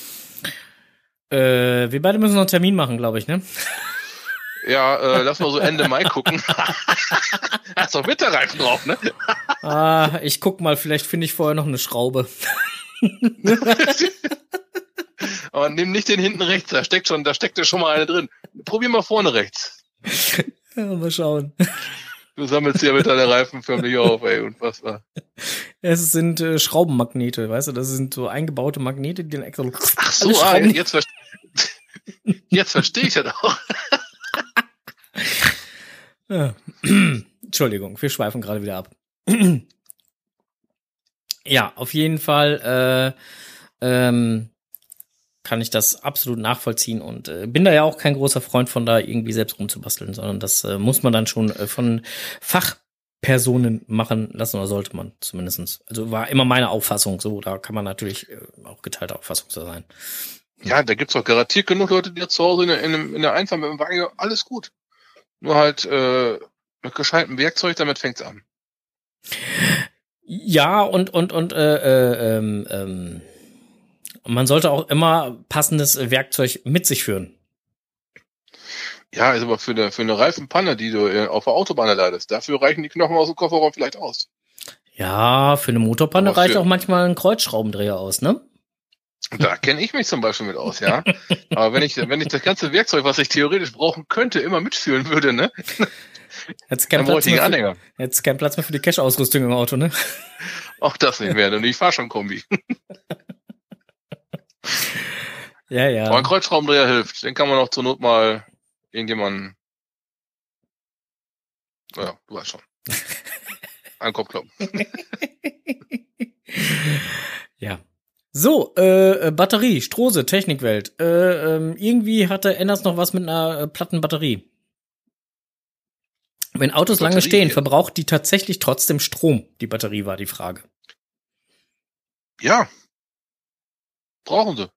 Äh, wir beide müssen noch einen Termin machen, glaube ich, ne? Ja, äh, lass mal so Ende Mai gucken. Hast doch Winterreifen drauf, ne? Ah, ich guck mal, vielleicht finde ich vorher noch eine Schraube. Aber nimm nicht den hinten rechts, da steckt schon, da steckt ja schon mal eine drin. Probier mal vorne rechts. Ja, mal schauen. Du sammelst ja mit deine Reifen förmlich auf, ey, unfassbar. Es sind äh, Schraubenmagnete, weißt du, das sind so eingebaute Magnete, die dann extra so Ach so, ah, jetzt, ver- jetzt verstehe ich das auch. Ja. Entschuldigung, wir schweifen gerade wieder ab. Ja, auf jeden Fall äh, ähm, kann ich das absolut nachvollziehen und äh, bin da ja auch kein großer Freund von, da irgendwie selbst rumzubasteln, sondern das äh, muss man dann schon äh, von Fachpersonen machen lassen, oder sollte man zumindestens. Also war immer meine Auffassung so, da kann man natürlich äh, auch geteilter Auffassung sein. Ja, da gibt's doch garantiert genug Leute, die jetzt zu Hause in der, in, der- in der Einfahrt mit dem Wagen, alles gut. Nur halt äh, mit gescheitem Werkzeug, damit fängt's an. Ja, und und und äh, äh, ähm, ähm, man sollte auch immer passendes Werkzeug mit sich führen. Ja, ist aber für eine, für eine Reifenpanne, die du äh, auf der Autobahn erleidest, dafür reichen die Knochen aus dem Kofferraum vielleicht aus. Ja, für eine Motorpanne Aber reicht für- auch manchmal ein Kreuzschraubendreher aus, ne? Da kenne ich mich zum Beispiel mit aus, ja. Aber wenn ich, wenn ich das ganze Werkzeug, was ich theoretisch brauchen könnte, immer mitführen würde, ne, Jetzt kein dann Platz bräuchte ich mehr einen für, Anhänger. jetzt kein Platz mehr für die Cash-Ausrüstung im Auto, ne? Auch das nicht mehr, denn ich fahre schon Kombi. Ja, ja. Aber ein Kreuzschraubendreher hilft. Den kann man auch zur Not mal irgendjemanden, ja, du weißt schon, einen Kopf kloppen. Ja. So, äh, Batterie, Strose, Technikwelt. Äh, ähm, irgendwie hatte Enders noch was mit einer äh, platten Batterie. Wenn Autos Batterie, lange stehen, ja. verbraucht die tatsächlich trotzdem Strom. Die Batterie war die Frage. Ja, brauchen sie.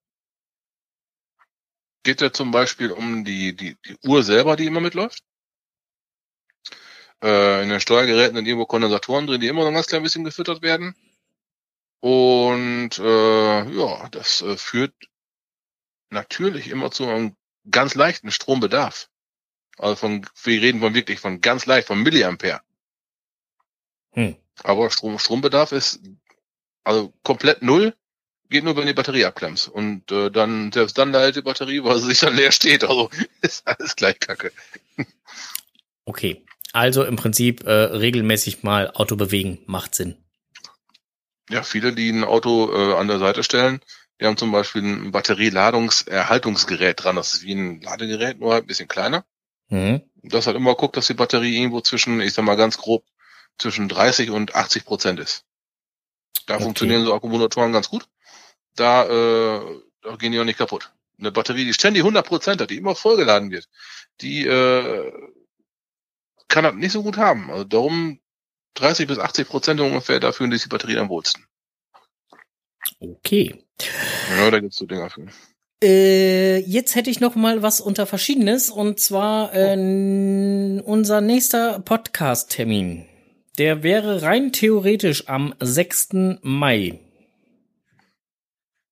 Geht ja zum Beispiel um die, die, die Uhr selber, die immer mitläuft. Äh, in den Steuergeräten sind irgendwo Kondensatoren drin, die immer noch ein ganz klein bisschen gefüttert werden. Und äh, ja, das äh, führt natürlich immer zu einem ganz leichten Strombedarf. Also von, wir reden von wirklich von ganz leicht, von Milliampere. Hm. Aber Strom, Strombedarf ist also komplett null, geht nur, wenn die Batterie abklemmst. Und äh, dann, selbst dann leidet die Batterie, weil sie sich dann leer steht. Also ist alles gleich Kacke. Okay. Also im Prinzip äh, regelmäßig mal Auto bewegen macht Sinn. Ja, viele, die ein Auto äh, an der Seite stellen, die haben zum Beispiel ein Batterieladungserhaltungsgerät dran. Das ist wie ein Ladegerät, nur halt ein bisschen kleiner. Mhm. Das halt immer guckt, dass die Batterie irgendwo zwischen, ich sag mal ganz grob, zwischen dreißig und achtzig Prozent ist. Da Okay. funktionieren so Akkumulatoren ganz gut. Da, äh, da gehen die auch nicht kaputt. Eine Batterie, die ständig hundert Prozent hat, die immer vollgeladen wird, die äh, kann das nicht so gut haben. Also darum dreißig bis achtzig Prozent ungefähr, da fühlen sich die Batterien am wohlsten. Okay. Ja, da gibt's so Dinger für. Äh, jetzt hätte ich noch mal was unter Verschiedenes, und zwar äh, unser nächster Podcast-Termin. Der wäre rein theoretisch am sechsten Mai.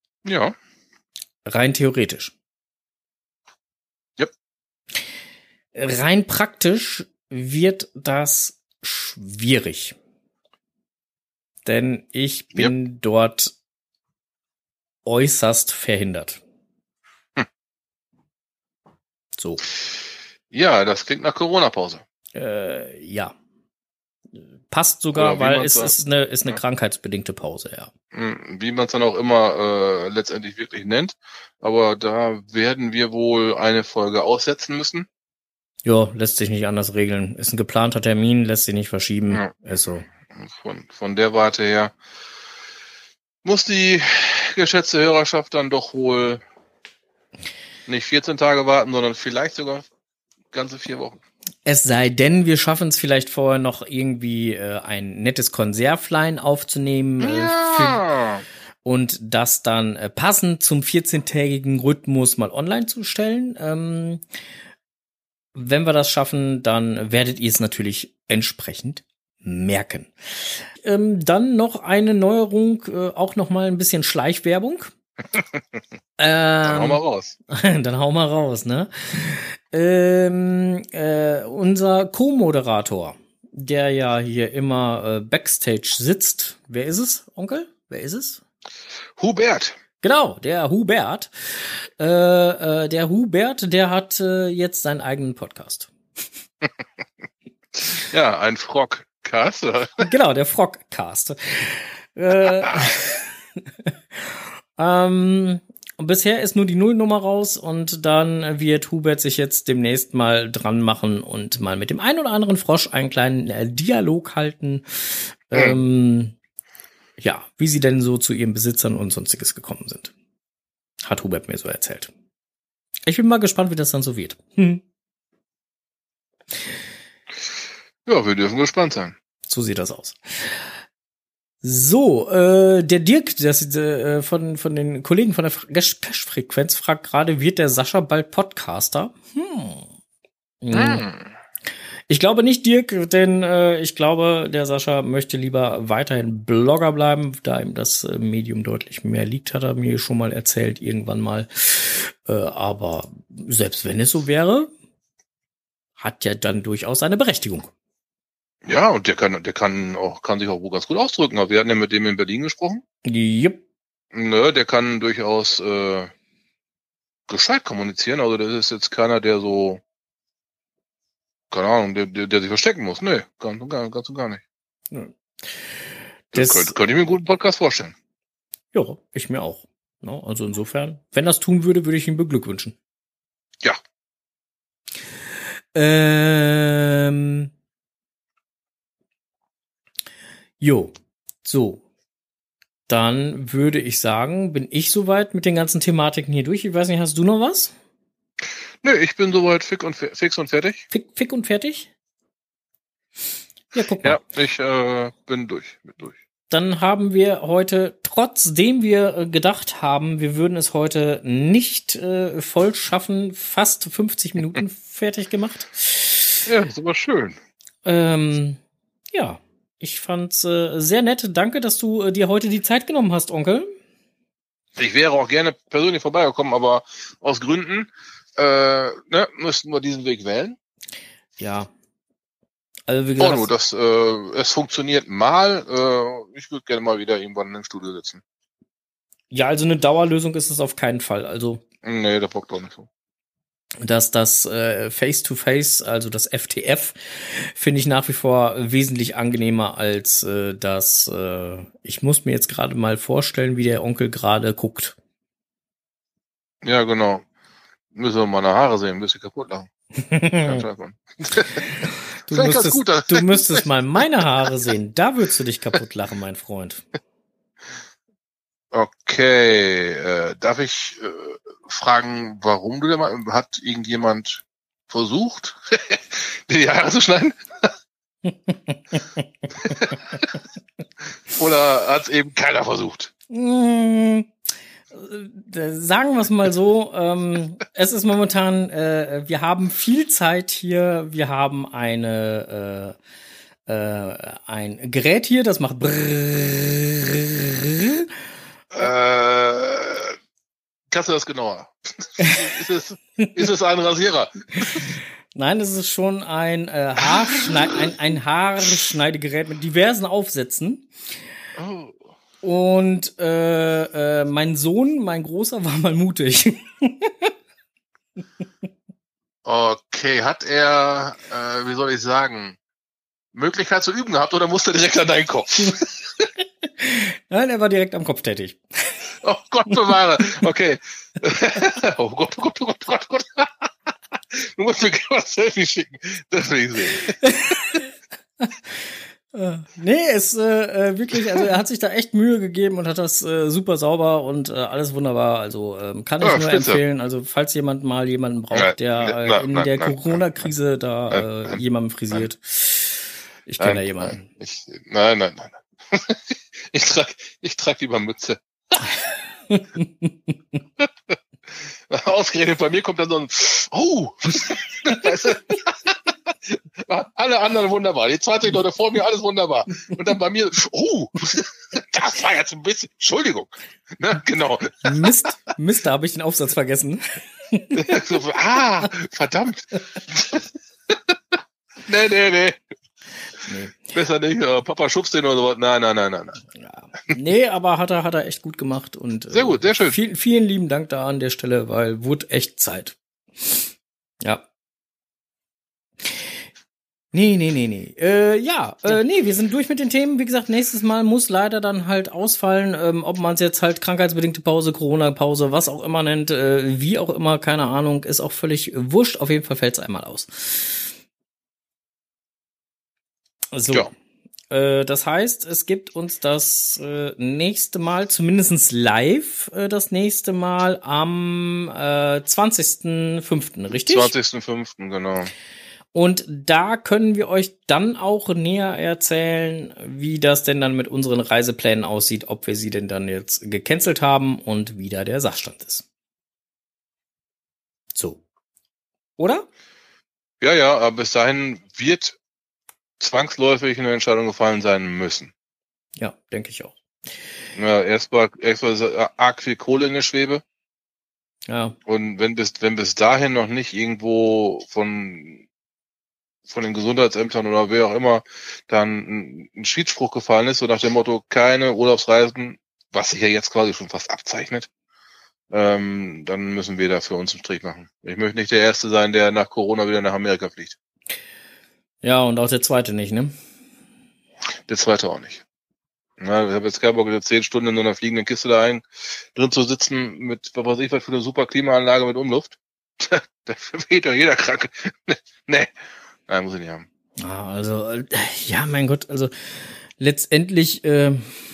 Ja. Rein theoretisch. Yep. rein praktisch wird das schwierig. Denn ich bin yep. dort äußerst verhindert. Hm. So. Ja, das klingt nach Corona-Pause. Äh, ja. Passt sogar, weil es ist eine, ist eine ja. krankheitsbedingte Pause, ja. Wie man es dann auch immer äh, letztendlich wirklich nennt. Aber da werden wir wohl eine Folge aussetzen müssen. Ja, lässt sich nicht anders regeln. Ist ein geplanter Termin, lässt sich nicht verschieben. Ja. Ist so. Von, von der Warte her muss die geschätzte Hörerschaft dann doch wohl nicht vierzehn Tage warten, sondern vielleicht sogar ganze vier Wochen. Es sei denn, wir schaffen es vielleicht vorher noch irgendwie äh, ein nettes Konservlein aufzunehmen äh, ja. für, und das dann äh, passend zum vierzehntägigen Rhythmus mal online zu stellen. Ähm, wenn wir das schaffen, dann werdet ihr es natürlich entsprechend merken. Ähm, dann noch eine Neuerung, äh, auch noch mal ein bisschen Schleichwerbung. ähm, dann hau mal raus. Dann hau mal raus, ne? Ähm, äh, unser Co-Moderator, der ja hier immer äh, Backstage sitzt. Wer ist es, Onkel? Wer ist es? Hubert. Genau, der Hubert. Äh, äh, der Hubert, der hat äh, jetzt seinen eigenen Podcast. Ja, ein Frog. Cast, oder? Genau, der Frogcast. äh, ähm, bisher ist nur die Nullnummer raus und dann wird Hubert sich jetzt demnächst mal dran machen und mal mit dem einen oder anderen Frosch einen kleinen äh, Dialog halten. Mhm. Ähm, ja, wie sie denn so zu ihren Besitzern und Sonstiges gekommen sind. Hat Hubert mir so erzählt. Ich bin mal gespannt, wie das dann so wird. Hm. Ja, wir dürfen gespannt sein. So sieht das aus. So, äh, der Dirk, das äh, von von den Kollegen von der Cash-Frequenz fragt gerade, wird der Sascha bald Podcaster? Hm. Hm. Ich glaube nicht, Dirk, denn äh, ich glaube, der Sascha möchte lieber weiterhin Blogger bleiben, da ihm das äh, Medium deutlich mehr liegt, hat er mir schon mal erzählt, irgendwann mal. Äh, aber selbst wenn es so wäre, hat ja dann durchaus eine Berechtigung. Ja, und der kann, der kann auch, kann sich auch wohl ganz gut ausdrücken. Aber wir hatten ja mit dem in Berlin gesprochen. Yep. Ne, der kann durchaus äh, gescheit kommunizieren. Also das ist jetzt keiner, der so, keine Ahnung, der, der, der sich verstecken muss. Nee, ganz und gar, ganz und gar nicht. Ja. Das, das könnte, könnte ich mir einen guten Podcast vorstellen. Ja, ich mir auch. No, also insofern, wenn das tun würde, würde ich ihn beglückwünschen. Ja. Ähm... Jo, so. Dann würde ich sagen, bin ich soweit mit den ganzen Thematiken hier durch. Ich weiß nicht, hast du noch was? Nö, ich bin soweit fix und, fix und fertig. Fick, fick und fertig? Ja, guck mal. Ja, ich äh, bin durch, mit durch. Dann haben wir heute, trotzdem wir äh, gedacht haben, wir würden es heute nicht äh, voll schaffen, fast fünfzig Minuten fertig gemacht. Ja, das ist aber schön. Ähm, ja. Ich fand's äh, sehr nett. Danke, dass du äh, dir heute die Zeit genommen hast, Onkel. Ich wäre auch gerne persönlich vorbeigekommen, aber aus Gründen äh, ne, müssten wir diesen Weg wählen. Ja. Also wie gesagt, oh, nur, das, äh, es funktioniert mal. Äh, ich würde gerne mal wieder irgendwann im Studio sitzen. Ja, also eine Dauerlösung ist es auf keinen Fall. Also nee, der bockt auch nicht so. Dass das äh, Face-to-Face, also das F T F, finde ich nach wie vor wesentlich angenehmer als äh, das, äh, ich muss mir jetzt gerade mal vorstellen, wie der Onkel gerade guckt. Ja, genau. Müssen wir meine Haare sehen, ein bisschen kaputt lachen. du, müsstest, gut, du müsstest mal meine Haare sehen, da würdest du dich kaputt lachen, mein Freund. Okay, äh, darf ich äh, fragen, warum du denn mal, hat irgendjemand versucht, die Haare zu schneiden? Oder hat es eben keiner versucht? Mmh, sagen wir es mal so, ähm, es ist momentan, äh, wir haben viel Zeit hier, wir haben eine äh, äh, ein Gerät hier, das macht brrrr. Äh, kannst du das genauer? ist, es, ist es ein Rasierer? Nein, es ist schon ein, äh, Haarschneid- ein, ein Haarschneidegerät mit diversen Aufsätzen. Oh. Und äh, äh, mein Sohn, mein Großer, war mal mutig. Okay, hat er, äh, wie soll ich sagen, Möglichkeit zu üben gehabt oder musste er direkt an deinen Kopf? Nein, er war direkt am Kopf tätig. Oh Gott bewahre. Okay. Oh Gott, oh Gott, oh Gott, oh Gott, oh Gott. Du musst mir gerne was Selfie schicken. Das will ich sehen. Äh, nee, es äh, wirklich, also er hat sich da echt Mühe gegeben und hat das äh, super sauber und äh, alles wunderbar. Also ähm, kann ich Ja, nur spitze. empfehlen. Also falls jemand mal jemanden braucht, Nein, der äh, nein, in nein, der nein, Corona-Krise da nein, äh, nein, jemanden frisiert. Ich kenne da Nein, jemanden. nein, ich, nein, nein, nein, nein. Ich trage ich trag lieber Mütze. Ausgerechnet bei mir kommt dann so ein Oh! Weißt du? Alle anderen wunderbar. Die zwanzig Leute vor mir, alles wunderbar. Und dann bei mir, oh! Das war jetzt ein bisschen, Entschuldigung. Ne? Genau. Mist, Mist, da habe ich den Aufsatz vergessen. So, ah, verdammt. Nee, nee, nee. Nee. Besser nicht, äh, Papa schubst den oder sowas. Nein, nein, nein, nein, nein. Ja. Nee, aber hat er, hat er echt gut gemacht und äh, Sehr gut, sehr schön. Vielen, vielen lieben Dank da an der Stelle, weil wurde echt Zeit. Ja. Nee, nee, nee, nee. Äh, ja, äh, nee, wir sind durch mit den Themen. Wie gesagt, nächstes Mal muss leider dann halt ausfallen, ähm, ob man es jetzt halt krankheitsbedingte Pause, Corona-Pause, was auch immer nennt, äh, wie auch immer, keine Ahnung, ist auch völlig wurscht. Auf jeden Fall fällt es einmal aus. So. Ja. Äh, das heißt, es gibt uns das äh, nächste Mal, zumindest live, äh, das nächste Mal am äh, zwanzigsten fünften, richtig? zwanzigsten fünften, genau. Und da können wir euch dann auch näher erzählen, wie das denn dann mit unseren Reiseplänen aussieht, ob wir sie denn dann jetzt gecancelt haben und wie da der Sachstand ist. So. Oder? Ja, ja, aber bis dahin wird zwangsläufig eine Entscheidung gefallen sein müssen. Ja, denke ich auch. Ja, erst war, erst war arg viel Kohle in der Schwebe. Ja. Und wenn bis, wenn bis dahin noch nicht irgendwo von, von den Gesundheitsämtern oder wer auch immer dann ein, ein Schiedsspruch gefallen ist, so nach dem Motto, keine Urlaubsreisen, was sich ja jetzt quasi schon fast abzeichnet, ähm, dann müssen wir da für uns einen Strich machen. Ich möchte nicht der Erste sein, der nach Corona wieder nach Amerika fliegt. Ja, und auch der zweite nicht, ne? Der zweite auch nicht. Na, ich habe jetzt keinen Bock, jetzt zehn Stunden in so einer fliegenden Kiste da ein, drin zu sitzen mit, was weiß ich, was für eine super Klimaanlage mit Umluft. Da verweht doch jeder Kranke. Nee, nein, muss ich nicht haben. Ah, also, äh, ja, mein Gott, also letztendlich, äh,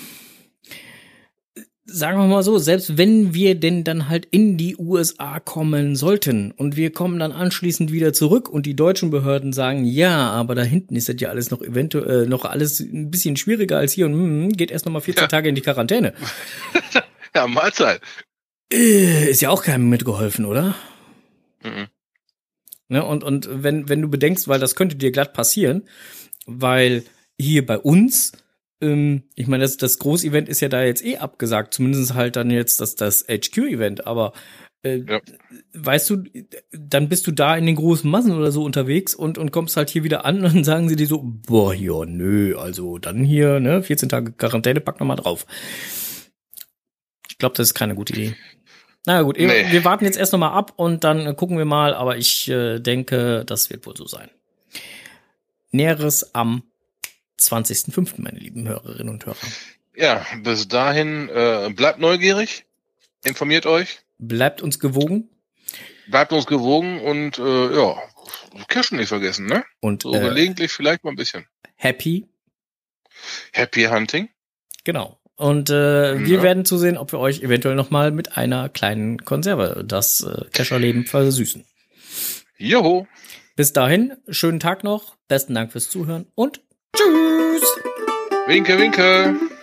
sagen wir mal so, selbst wenn wir denn dann halt in die U S A kommen sollten und wir kommen dann anschließend wieder zurück und die deutschen Behörden sagen, ja, aber da hinten ist das ja alles noch eventuell noch alles ein bisschen schwieriger als hier und mm, geht erst noch mal vierzehn Ja. Tage in die Quarantäne. Ja, Mahlzeit. Äh, ist ja auch keinem mitgeholfen, oder? Mhm. Ne, und, und wenn, wenn du bedenkst, weil das könnte dir glatt passieren, weil hier bei uns, ähm, ich meine, das, das Großevent ist ja da jetzt eh abgesagt, zumindest halt dann jetzt das, das H Q-Event, aber äh, Ja. weißt du, dann bist du da in den großen Massen oder so unterwegs und, und kommst halt hier wieder an und dann sagen sie dir so, boah, ja, nö, also dann hier, ne, vierzehn Tage Quarantäne, pack noch mal drauf. Ich glaube, das ist keine gute Idee. Na gut, Nee. wir warten jetzt erst noch mal ab und dann gucken wir mal, aber ich äh, denke, das wird wohl so sein. Näheres am zwanzigsten fünften, meine lieben Hörerinnen und Hörer. Ja, bis dahin, äh, bleibt neugierig, informiert euch, Bleibt uns gewogen bleibt uns gewogen und, äh, ja, Cashen nicht vergessen, ne? und So äh, gelegentlich vielleicht mal ein bisschen. happy. Happy Hunting. Genau. Und äh, wir Ja. werden zusehen, ob wir euch eventuell noch mal mit einer kleinen Konserve das äh, Kescherleben versüßen. Joho. Bis dahin, schönen Tag noch. Besten Dank fürs Zuhören und tschüss. Winke, winke.